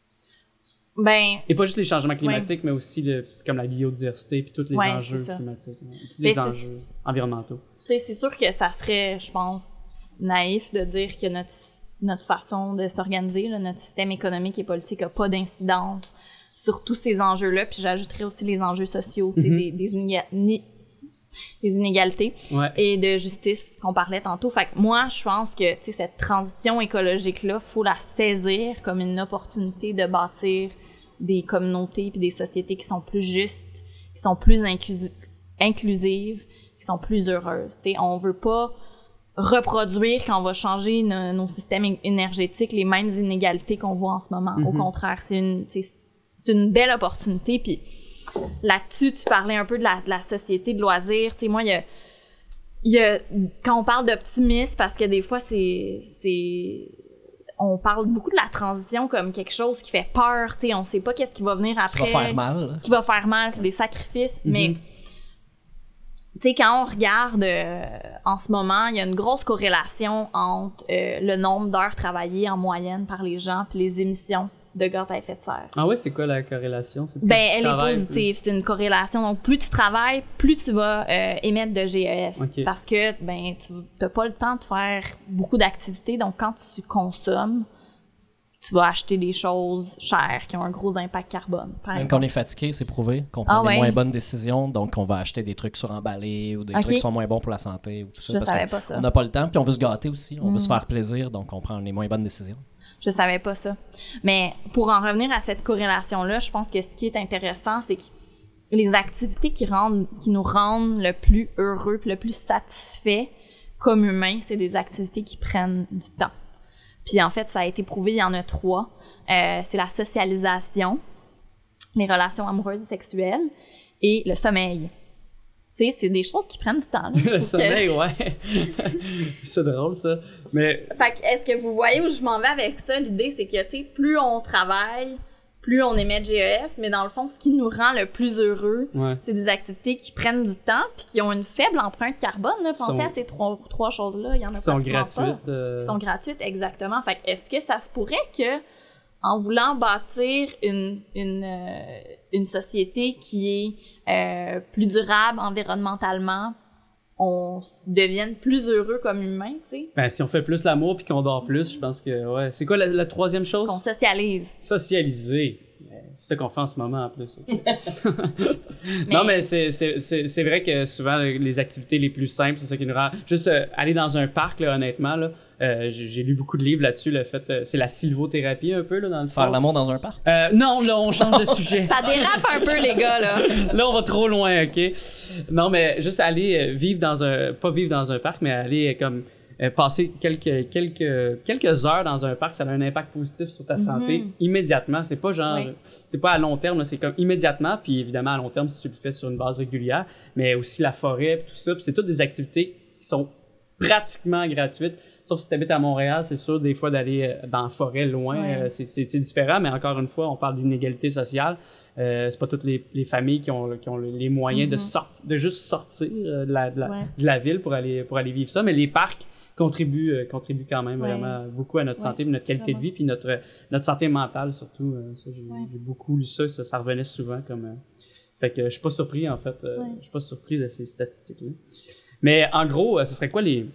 Ben, Et pas juste les changements climatiques, mais aussi le, comme la biodiversité puis tous les Ouais, enjeux c'est ça. climatiques, hein, tous Mais les c'est- enjeux environnementaux. tu sais, c'est sûr que ça serait, je pense, naïf de dire que notre, notre façon de s'organiser, là, notre système économique et politique n'a pas d'incidence sur tous ces enjeux-là. Puis j'ajouterais aussi les enjeux sociaux, tu sais, Mhm. des, des, inéga- ni- des inégalités Ouais. et de justice qu'on parlait tantôt. Fait que moi, je pense que, tu sais, cette transition écologique-là, faut la saisir comme une opportunité de bâtir des communautés puis des sociétés qui sont plus justes, qui sont plus inclusi- inclusives, qui sont plus heureuses. Tu sais, on veut pas reproduire quand on va changer no- nos systèmes é- énergétiques les mêmes inégalités qu'on voit en ce moment. Au Mhm. contraire, c'est une, tu sais, c'est une belle opportunité. Puis là-dessus, tu parlais un peu de la, de la société de loisirs. Tu sais, moi, il y a, il y a, quand on parle d'optimisme, parce que des fois, c'est, c'est, on parle beaucoup de la transition comme quelque chose qui fait peur. Tu sais, on sait pas qu'est-ce qui va venir Qui après. va faire mal. là. Qui va faire mal, c'est des sacrifices. Mhm. Mais tu sais, quand on regarde euh, en ce moment, il y a une grosse corrélation entre euh, le nombre d'heures travaillées en moyenne par les gens puis les émissions de gaz à effet de serre. Ah ouais, c'est quoi la corrélation? C'est plus Ben, tu elle est travailles, positive. C'est une corrélation. Donc, plus tu travailles, plus tu vas euh, émettre de G E S. Ok. Parce que ben, tu n'as pas le temps de faire beaucoup d'activités. Donc, quand tu consommes, tu vas acheter des choses chères qui ont un gros impact carbone. Par Même exemple. quand on est fatigué, c'est prouvé qu'on prend Ah des ouais. moins bonnes décisions, donc on va acheter des trucs suremballés ou des Ok. trucs qui sont moins bons pour la santé ou tout ça. Je parce savais qu'on- pas ça. On n'a pas le temps, puis on veut se gâter aussi, on Mm. veut se faire plaisir, donc on prend les moins bonnes décisions. Je savais pas ça. Mais pour en revenir à cette corrélation-là, je pense que ce qui est intéressant, c'est que les activités qui, rendent, qui nous rendent le plus heureux puis le plus satisfaits comme humains, c'est des activités qui prennent du temps. Puis en fait, ça a été prouvé, il y en a trois. Euh, c'est la socialisation, les relations amoureuses et sexuelles et le sommeil. Tu sais, c'est des choses qui prennent du temps. Là, Le pour que- sommeil, ouais. C'est drôle, ça. Mais Fait que, est-ce que vous voyez où je m'en vais avec ça? L'idée, c'est que, tu sais, plus on travaille, plus on émet de G E S, mais dans le fond, ce qui nous rend le plus heureux, ouais. c'est des activités qui prennent du temps puis qui ont une faible empreinte carbone. Là. Pensez Sont- à ces trois, trois choses-là, il y en a Qui sont pratiquement gratuites. pas. euh, Qui sont gratuites, exactement. Fait que, est-ce que ça se pourrait que, en voulant bâtir une, une, euh, une société qui est euh, plus durable environnementalement, on s- devienne plus heureux comme humain, tu sais? Ben, si on fait plus l'amour puis qu'on dort plus, je pense que, ouais. C'est quoi la, la troisième chose? Qu'on socialise. Socialiser. C'est ça qu'on fait en ce moment, en plus. Non, mais c'est, c'est, c'est, c'est vrai que souvent, les activités les plus simples, c'est ça qui nous rend... Juste euh, aller dans un parc, là, honnêtement, là, euh, j'ai, j'ai lu beaucoup de livres là-dessus, le fait... euh, c'est la sylvothérapie, un peu, là, dans le fond. Faire l'amour dans un parc? Euh, non, là, on change de sujet. Ça dérape un peu, les gars, là. Là, on va trop loin, OK? Non, mais juste aller euh, vivre dans un... Pas vivre dans un parc, mais aller euh, comme... euh, passer quelques, quelques, quelques heures dans un parc, ça a un impact positif sur ta santé Mhm. immédiatement. C'est pas genre... Oui. C'est pas à long terme, là, c'est comme immédiatement. Puis évidemment, à long terme, si tu le fais sur une base régulière, mais aussi la forêt, puis tout ça. Puis c'est toutes des activités qui sont pratiquement gratuites. Sauf si tu habites à Montréal, c'est sûr, des fois, d'aller euh, dans la forêt, loin, Ouais. euh, c'est, c'est, c'est différent. Mais encore une fois, on parle d'inégalité sociale. Euh, c'est pas toutes les, les familles qui ont, qui ont les moyens de, Mhm. sorti- de juste sortir euh, de, la, de, la, Ouais. de la ville pour aller, pour aller vivre ça. Mais les parcs contribuent, euh, contribuent quand même Ouais. vraiment beaucoup à notre Ouais, santé, puis notre qualité vraiment. de vie, puis notre, notre santé mentale surtout. Euh, ça, j'ai, Ouais. j'ai beaucoup lu ça, ça, ça revenait souvent comme... euh, fait que je suis pas surpris, en fait. euh, Ouais. Je suis pas surpris de ces statistiques-là. Mais en gros, euh, ce serait quoi les,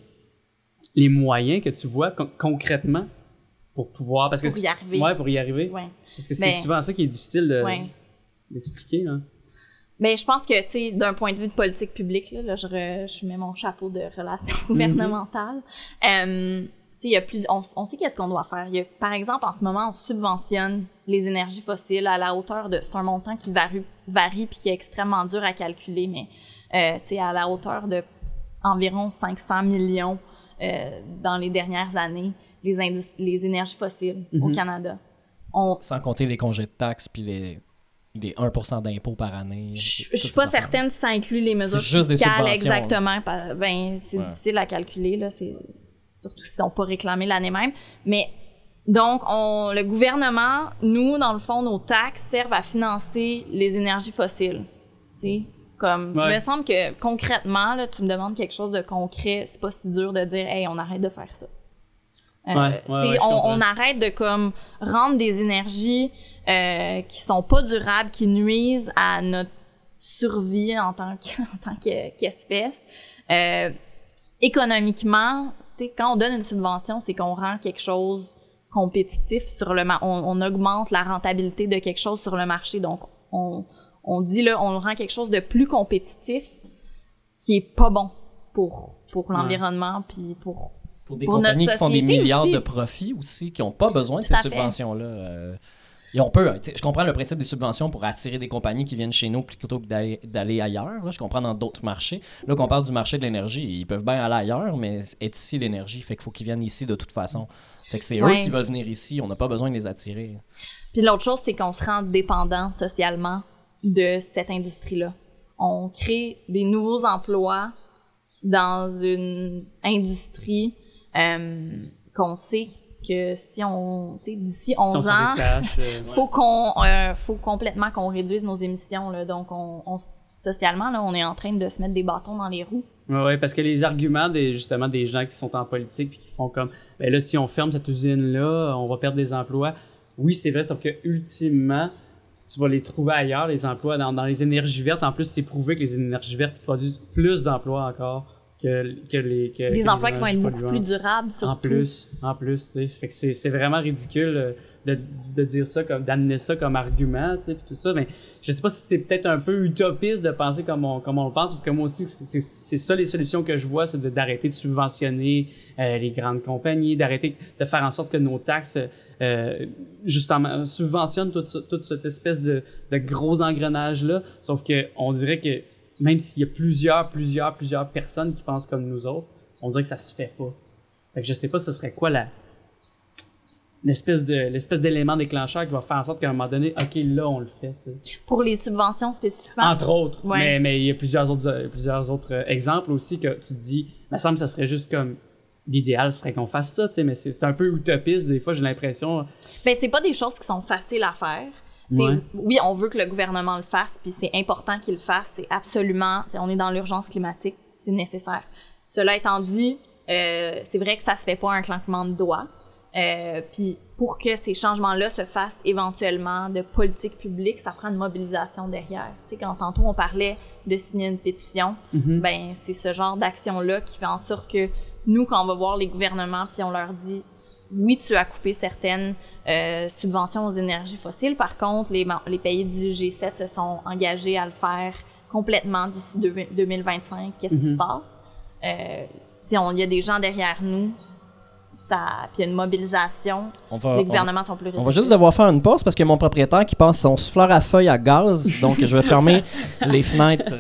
les moyens que tu vois con- concrètement pour pouvoir... Parce que Pour y c'est- arriver. Ouais, pour y arriver. Ouais. Parce que Mais- c'est souvent ça qui est difficile de, Ouais. d'expliquer, là. Mais je pense que, tu sais, d'un point de vue de politique publique, là, là je, re- je mets mon chapeau de relations gouvernementales. Euh, tu sais, il y a plus, on, on sait qu'est-ce qu'on doit faire. Il y a, par exemple, en ce moment, on subventionne les énergies fossiles à la hauteur de... C'est un montant qui varie, varie puis qui est extrêmement dur à calculer, mais, euh, tu sais, à la hauteur de environ cinq cents millions euh, dans les dernières années, les, indus- les énergies fossiles au Mhm. Canada. On, Sans compter les congés de taxes puis les, les un pour cent d'impôts par année. Je je toutes suis ces pas affaires-là. certaine si ça inclut les mesures C'est juste des fiscales subventions, exactement. par- Ben, c'est Ouais. difficile à calculer, là. C'est, surtout s'ils n'ont pas réclamé l'année même. Mais donc, on, le gouvernement, nous, dans le fond, nos taxes servent à financer les énergies fossiles. Tu sais, comme, Ouais. il me semble que concrètement, là, tu me demandes quelque chose de concret, c'est pas si dur de dire, hey, on arrête de faire ça. Euh, Ouais, ouais, tu sais, ouais, je on, comprends. on arrête de comme rendre des énergies euh, qui sont pas durables, qui nuisent à notre survie en tant que- en tant que- qu'espèce. Euh, économiquement, tu sais, quand on donne une subvention, c'est qu'on rend quelque chose compétitif sur le marché. On, on augmente la rentabilité de quelque chose sur le marché. Donc, on, on dit là, on rend quelque chose de plus compétitif qui est pas bon pour, pour l'environnement puis pour... Pour des Pour compagnies notre qui font des société milliards aussi. de profits aussi, qui n'ont pas besoin de Tout ces à fait. subventions-là. euh, et on peut, hein, tu sais, je comprends le principe des subventions pour attirer des compagnies qui viennent chez nous plutôt que d'aller, d'aller ailleurs. Là, je comprends dans d'autres marchés. Là, qu'on parle du marché de l'énergie, ils peuvent bien aller ailleurs, mais est ici l'énergie, fait qu'il faut qu'ils viennent ici de toute façon. Fait que c'est Ouais. eux qui veulent venir ici, on n'a pas besoin de les attirer. Puis l'autre chose, c'est qu'on se rend dépendant socialement de cette industrie-là. On crée des nouveaux emplois dans une industrie euh, qu'on sait que si on, tu sais, d'ici Si on onze s'en ans, détache, euh, ouais. faut qu'on, euh, faut complètement qu'on réduise nos émissions, là. Donc, on, on s- socialement, là, on est en train de se mettre des bâtons dans les roues. Ouais, ouais, parce que les arguments des, justement des gens qui sont en politique puis qui font comme ben là si on ferme cette usine là, on va perdre des emplois. oui, c'est vrai, sauf que ultimement, tu vas les trouver ailleurs, les emplois. Dans, dans les énergies vertes, en plus, c'est prouvé que les énergies vertes produisent plus d'emplois encore que, que les. Que, Des que emplois les qui vont être beaucoup polluantes. plus durables, surtout. En plus, en plus, tu sais. Fait que c'est, c'est vraiment ridicule euh, de, de dire ça, comme, d'amener ça comme argument, tu sais, puis tout ça. Mais je sais pas si c'est peut-être un peu utopiste de penser comme on, comme on le pense, parce que moi aussi, c'est, c'est, c'est ça les solutions que je vois, c'est de, d'arrêter de subventionner euh, les grandes compagnies, d'arrêter de faire en sorte que nos taxes, euh, justement, subventionnent toute, toute cette espèce de, de gros engrenage-là. Sauf que on dirait que même s'il y a plusieurs, plusieurs, plusieurs personnes qui pensent comme nous autres, on dirait que ça se fait pas. Fait que je sais pas ce serait quoi la l'espèce de l'espèce d'élément déclencheur qui va faire en sorte qu'à un moment donné, OK, là, on le fait, tu sais. Pour les subventions spécifiquement. Entre autres. Ouais. Mais, mais il y a plusieurs autres, euh, plusieurs autres euh, exemples aussi que tu te dis, il me semble que ça serait juste comme l'idéal serait qu'on fasse ça, tu sais, mais c'est, c'est un peu utopiste, des fois, j'ai l'impression. Ben, c'est pas des choses qui sont faciles à faire. T'sais, Ouais. Oui, on veut que le gouvernement le fasse, puis c'est important qu'il le fasse. C'est absolument... On est dans l'urgence climatique, c'est nécessaire. Cela étant dit, euh, c'est vrai que ça se fait pas un claquement de doigts. Euh, puis pour que ces changements-là se fassent éventuellement de politique publique, ça prend une mobilisation derrière. Tu sais, quand tantôt on parlait de signer une pétition, Mm-hmm. ben c'est ce genre d'action-là qui fait en sorte que nous, quand on va voir les gouvernements, puis on leur dit oui, tu as coupé certaines euh, subventions aux énergies fossiles. Par contre, les, les pays du G sept se sont engagés à le faire complètement d'ici deux mille vingt-cinq. Qu'est-ce qui Mm-hmm. se passe? Euh, si on y a des gens derrière nous, ça, puis il y a une mobilisation, On va, les on- gouvernements sont plus On réceptifs. va juste devoir faire une pause parce que mon propriétaire qui passe son souffleur à feuilles à gaz, donc je vais fermer les fenêtres.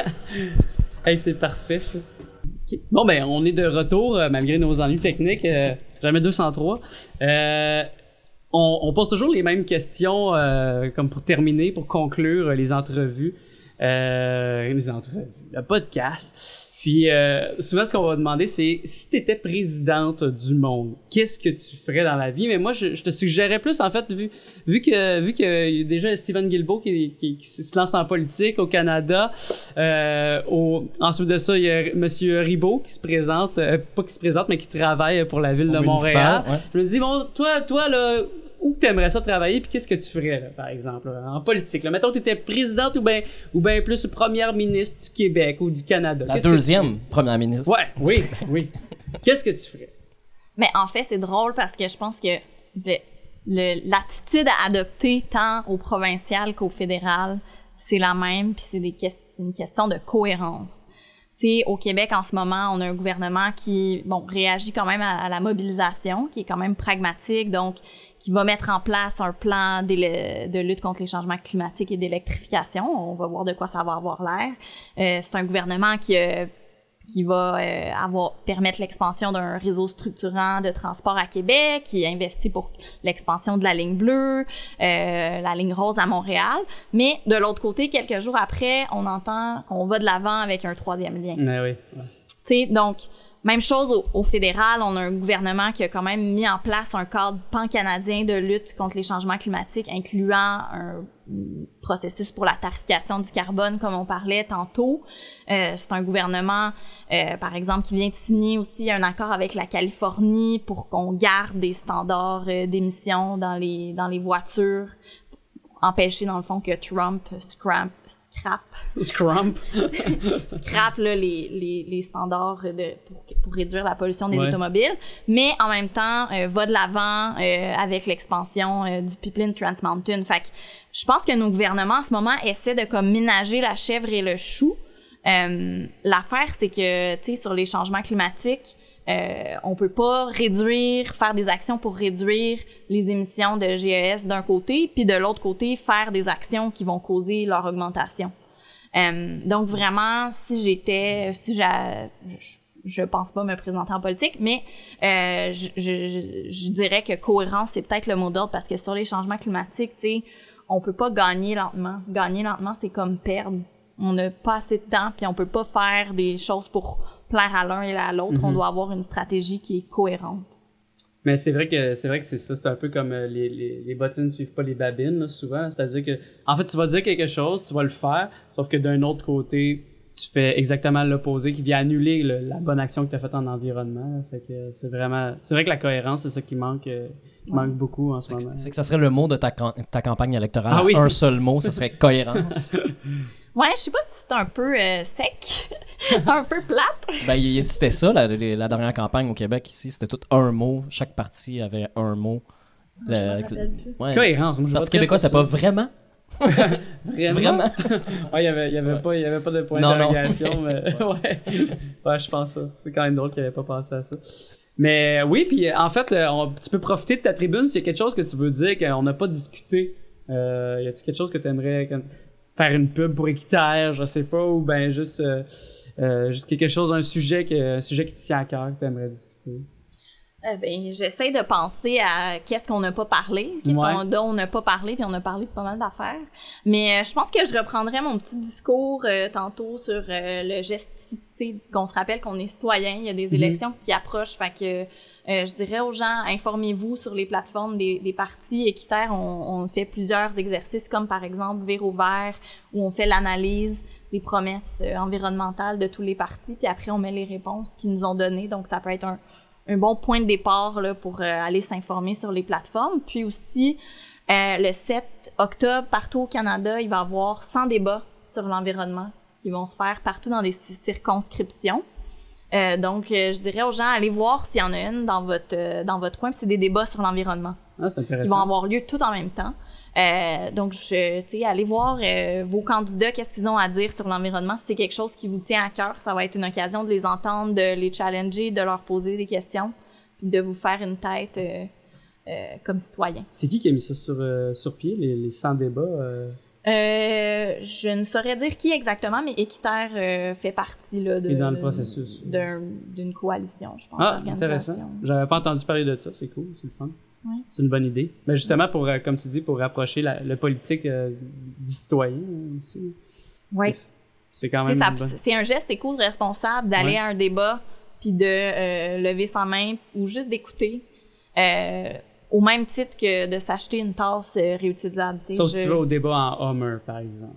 Hey, c'est parfait, ça. Ok. Bon, ben, on est de retour, euh, malgré nos ennuis techniques. Euh, jamais deux cent trois. Euh, on, on pose toujours les mêmes questions, euh, comme pour terminer, pour conclure euh, les entrevues. Euh, les entrevues, le podcast. Puis, euh, souvent, ce qu'on va demander, c'est si tu étais présidente du monde, qu'est-ce que tu ferais dans la vie? Mais moi, je, je te suggérais plus, en fait, vu, vu que vu que y a déjà Stephen Guilbeault qui, qui, qui se lance en politique au Canada. Euh, au, ensuite de ça, il y a M. Ribot qui se présente, euh, pas qui se présente, mais qui travaille pour la ville de Au Montréal. municipal, ouais. Je me dis, bon, toi, toi, là, où t'aimerais ça travailler, puis qu'est-ce que tu ferais, là, par exemple, là, en politique? Là? Mettons, t'étais présidente ou bien ou ben plus première ministre du Québec ou du Canada. La Qu'est-ce que deuxième première ministre. Ouais, oui, oui. Qu'est-ce que tu ferais? Mais en fait, c'est drôle parce que je pense que le- le- l'attitude à adopter tant au provincial qu'au fédéral, c'est la même, puis c'est, des que- c'est une question de cohérence. Tu sais, au Québec, en ce moment, on a un gouvernement qui, bon, réagit quand même à, à la mobilisation, qui est quand même pragmatique, donc qui va mettre en place un plan d'élé- de lutte contre les changements climatiques et d'électrification. On va voir de quoi ça va avoir l'air. Euh, c'est un gouvernement qui a qui va euh, avoir permettre l'expansion d'un réseau structurant de transport à Québec, qui investit pour l'expansion de la ligne bleue, euh, la ligne rose à Montréal. Mais de l'autre côté, quelques jours après, on entend qu'on va de l'avant avec un troisième lien. Mais oui. Tu sais, donc, même chose au, au fédéral, on a un gouvernement qui a quand même mis en place un cadre pan-canadien de lutte contre les changements climatiques, incluant un processus pour la tarification du carbone, comme on parlait tantôt. Euh, c'est un gouvernement, euh, par exemple, qui vient de signer aussi un accord avec la Californie pour qu'on garde des standards euh, d'émissions dans les, dans les voitures, empêcher, dans le fond, que Trump scrap, scrap, Scrump. scrap là, les, les, les standards de, pour, pour réduire la pollution des Ouais. automobiles, mais en même temps, euh, va de l'avant euh, avec l'expansion euh, du pipeline Trans Mountain. Fait que je pense que nos gouvernements, en ce moment, essaient de comme ménager la chèvre et le chou. Euh, l'affaire, c'est que, tu sais, sur les changements climatiques, Euh, on peut pas réduire, faire des actions pour réduire les émissions de G E S d'un côté, puis de l'autre côté, faire des actions qui vont causer leur augmentation. Euh, donc vraiment, si j'étais, si j'a, je, je pense pas me présenter en politique, mais euh, je, je, je dirais que cohérence, c'est peut-être le mot d'ordre, parce que sur les changements climatiques, tu sais, on peut pas gagner lentement. Gagner lentement, c'est comme perdre. On n'a pas assez de temps, puis on peut pas faire des choses pour plaire à l'un et à l'autre. Mm-hmm. On doit avoir une stratégie qui est cohérente. Mais c'est vrai que c'est vrai que c'est ça, c'est un peu comme euh, les, les, les bottines ne suivent pas les babines, là, souvent. C'est-à-dire que, en fait, tu vas dire quelque chose, tu vas le faire, sauf que d'un autre côté, tu fais exactement l'opposé qui vient annuler le- la bonne action que tu as faite en environnement. Là. Fait que c'est vraiment, c'est vrai que la cohérence, c'est ça qui manque. Euh, manque beaucoup en ce Fait que, moment. fait que ça serait le mot de ta, cam- ta campagne électorale. Ah oui. Un seul mot, ça serait cohérence. Ouais, je sais pas si c'est un peu euh, sec, un peu plate. Ben, il- il- c'était ça, la, la dernière campagne au Québec, ici. C'était tout un mot. Chaque parti avait un mot. Je me Euh, rappelle plus. ouais. Cohérence, moi je Le Parti voterais québécois, pour c'était pas ça. vraiment. Vraiment? Vraiment. Ouais, il y avait, il y avait pas, il y avait pas de point Non, non. d'interrogation, mais ouais. Ouais, je pense ça. C'est quand même drôle qu'il avait pas pensé à ça. Mais oui, puis en fait, euh, on- tu peux profiter de ta tribune s'il y a quelque chose que tu veux dire qu'on n'a pas discuté. Euh, y a-tu quelque chose que tu aimerais faire une pub pour Équiterre, je sais pas, ou ben juste, euh, euh, juste quelque chose, un sujet, que, un sujet qui te tient à cœur que tu aimerais discuter? Euh, ben, j'essaie de penser à qu'est-ce qu'on n'a pas parlé, qu'est-ce Ouais. qu'on, dont on n'a pas parlé, puis on a parlé de pas mal d'affaires. Mais euh, je pense que je reprendrai mon petit discours euh, tantôt sur euh, le geste, tu sais, qu'on se rappelle qu'on est citoyen, il y a des Mhm. élections qui approchent, fait que euh, je dirais aux gens, informez-vous sur les plateformes des, des partis équitaires. On, on fait plusieurs exercices, comme par exemple Véro Vert, où on fait l'analyse des promesses euh, environnementales de tous les partis, puis après on met les réponses qu'ils nous ont données, donc ça peut être un un bon point de départ là, pour euh, aller s'informer sur les plateformes. Puis aussi, euh, le sept octobre, partout au Canada, il va y avoir cent débats sur l'environnement qui vont se faire partout dans des c- circonscriptions. Euh, donc, euh, je dirais aux gens, allez voir s'il y en a une dans votre, euh, dans votre coin. Puis c'est des débats sur l'environnement Ah, c'est qui intéressant. vont avoir lieu tout en même temps. Euh, donc, je, tu sais, allez voir euh, vos candidats, qu'est-ce qu'ils ont à dire sur l'environnement. Si c'est quelque chose qui vous tient à cœur, ça va être une occasion de les entendre, de les challenger, de leur poser des questions, puis de vous faire une tête euh, euh, comme citoyen. C'est qui qui a mis ça sur, euh, sur pied, les, les cent débats? Euh... Euh, je ne saurais dire qui exactement, mais Équiterre euh, fait partie là, de, Et dans le de- processus. d'un- d'une coalition, je pense, Ah, intéressant. d'organisation. J'avais pas entendu parler de ça, c'est cool, c'est le fun. Ouais. C'est une bonne idée. Mais justement, pour, euh, comme tu dis, pour rapprocher la, le politique euh, du citoyen aussi. Ouais. C'est- C'est quand Tu sais, même ça- une bonne- c'est un geste éco-responsable d'aller Ouais. à un débat puis de euh, lever sa main ou juste d'écouter, euh, au même titre que de s'acheter une tasse euh, réutilisable. tu sais. Sauf si Je- tu vas au débat en Hummer, par exemple.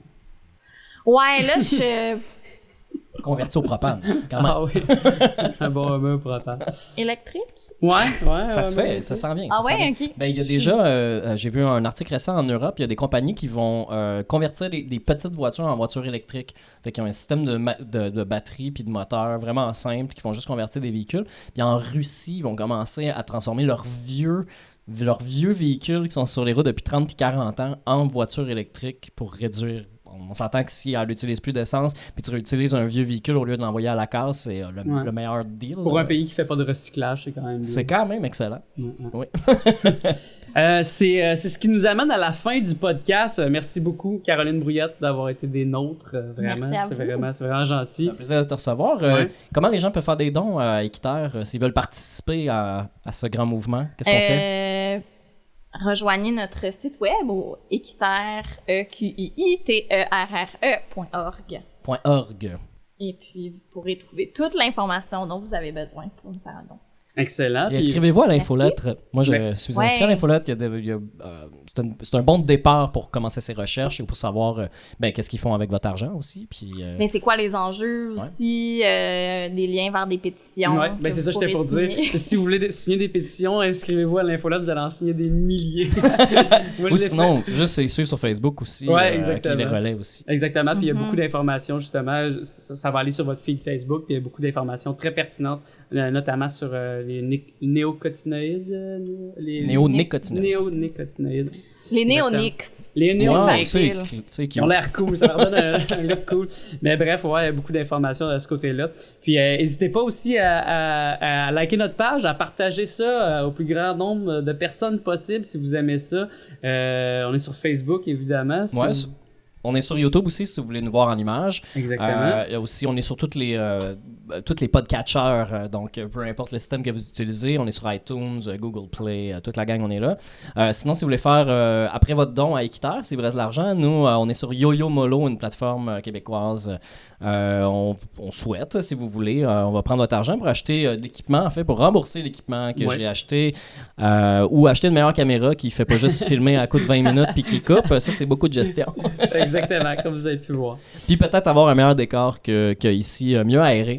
Ouais, là, je... Converti au propane, quand même. Ah oui. Un bon Hummer pour attendre. électrique? Ouais, ouais. Ça se Hummer, fait, ok. ça s'en vient. Ah ça s'en vient. ouais, OK. Ben, il y a déjà, euh, euh, j'ai vu un article récent en Europe, il y a des compagnies qui vont euh, convertir des, des petites voitures en voitures électriques. Fait qu'ils ont un système de, ma- de, de batterie puis de moteur vraiment simple qui font juste convertir des véhicules. Puis en Russie, ils vont commencer à transformer leurs vieux, leurs vieux véhicules qui sont sur les routes depuis trente et quarante ans en voitures électriques pour réduire. On s'entend que si elle n'utilise plus d'essence puis tu réutilises un vieux véhicule au lieu de l'envoyer à la casse, c'est euh, le, Ouais. le meilleur deal. Pour là. un pays qui fait pas de recyclage, c'est quand même bien. C'est quand même excellent. Ouais, ouais. Oui. Euh, c'est, euh, c'est ce qui nous amène à la fin du podcast. Euh, merci beaucoup, Caroline Brouillette, d'avoir été des nôtres. euh, vraiment, Merci à c'est vous. vraiment, c'est vraiment gentil. C'est un plaisir de te recevoir. Euh, Ouais. Comment les gens peuvent faire des dons à Équiterre euh, s'ils veulent participer à, à ce grand mouvement? Qu'est-ce qu'on fait? Euh, Rejoignez notre site web au équiterre, E Q I I T E R R E point org. .org. Et puis, vous pourrez trouver toute l'information dont vous avez besoin pour nous faire un don. Excellent. Puis Puis- inscrivez-vous à l'infolettre. Moi, je Ben, suis ouais. inscrit à l'infolettre. Il y a des- il y a, euh, c'est, un, c'est un bon départ pour commencer ses recherches et pour savoir euh, ben, qu'est-ce qu'ils font avec votre argent aussi. Puis, euh, Mais c'est quoi les enjeux aussi, euh, des liens vers des pétitions. Ouais, que ben c'est vous ça que j'étais pour pourrez dire. signer. C'est si vous voulez dé- signer des pétitions, inscrivez-vous à l'infolab, vous allez en signer des milliers. Moi, je ou l'ai sinon, juste les suivre sur Facebook aussi. Ouais, euh, exactement. qui les relaient aussi. fait. Exactement, puis il y a Mhm. beaucoup d'informations justement. Ça, ça va aller sur votre feed Facebook, puis il y a beaucoup d'informations très pertinentes, euh, notamment sur euh, les né- néocotinoïdes. euh, les Néonicotinoïdes. Néonicotinoïdes. Les Exactement. néonix. Les Néo- Wow, néoniques. tu sais, facile. qui- tu sais, qui Ils ont l'air cool, ça leur donne un, un look cool. Mais bref, ouais, il y a beaucoup d'informations de ce côté-là. Puis euh, n'hésitez pas aussi à, à, à liker notre page, à partager ça euh, au plus grand nombre de personnes possible si vous aimez ça. Euh, on est sur Facebook, évidemment. si Ouais, vous- sur- on est sur YouTube aussi si vous voulez nous voir en image. Exactement. Euh, il y a aussi, on est sur toutes les, euh, toutes les podcatchers, euh, donc euh, peu importe le système que vous utilisez, on est sur iTunes, euh, Google Play, euh, toute la gang, on est là. Euh, sinon, si vous voulez faire, euh, après votre don à Équiterre, si vous reste de l'argent, nous, euh, on est sur YoYo Molo, une plateforme euh, québécoise. Euh, on, on souhaite, si vous voulez, euh, on va prendre votre argent pour acheter euh, de l'équipement, en fait, pour rembourser l'équipement que Ouais. j'ai acheté, euh, ou acheter une meilleure caméra qui fait pas juste filmer à coup de vingt minutes puis qui coupe. Ça, c'est beaucoup de gestion. Exactement, comme vous avez pu voir. Puis peut-être avoir un meilleur décor que, que ici, euh, mieux aéré.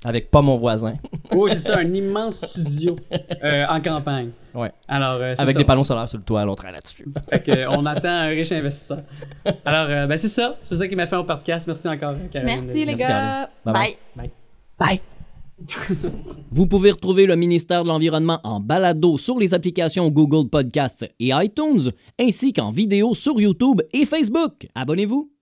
Avec pas mon voisin. Oh, c'est ça, un immense studio euh, en campagne. Ouais. Alors, euh, c'est Avec ça. des panneaux solaires sur le toit, l'autre là-dessus. Fait que, euh, on attend un riche investisseur. Alors, euh, ben c'est ça. C'est ça qui m'a fait au podcast. Merci encore, Caroline. Merci, les Merci, gars. Caroline. Bye Bye. Vous pouvez retrouver le ministère de l'Environnement en balado sur les applications Google Podcasts et iTunes, ainsi qu'en vidéo sur YouTube et Facebook. Abonnez-vous!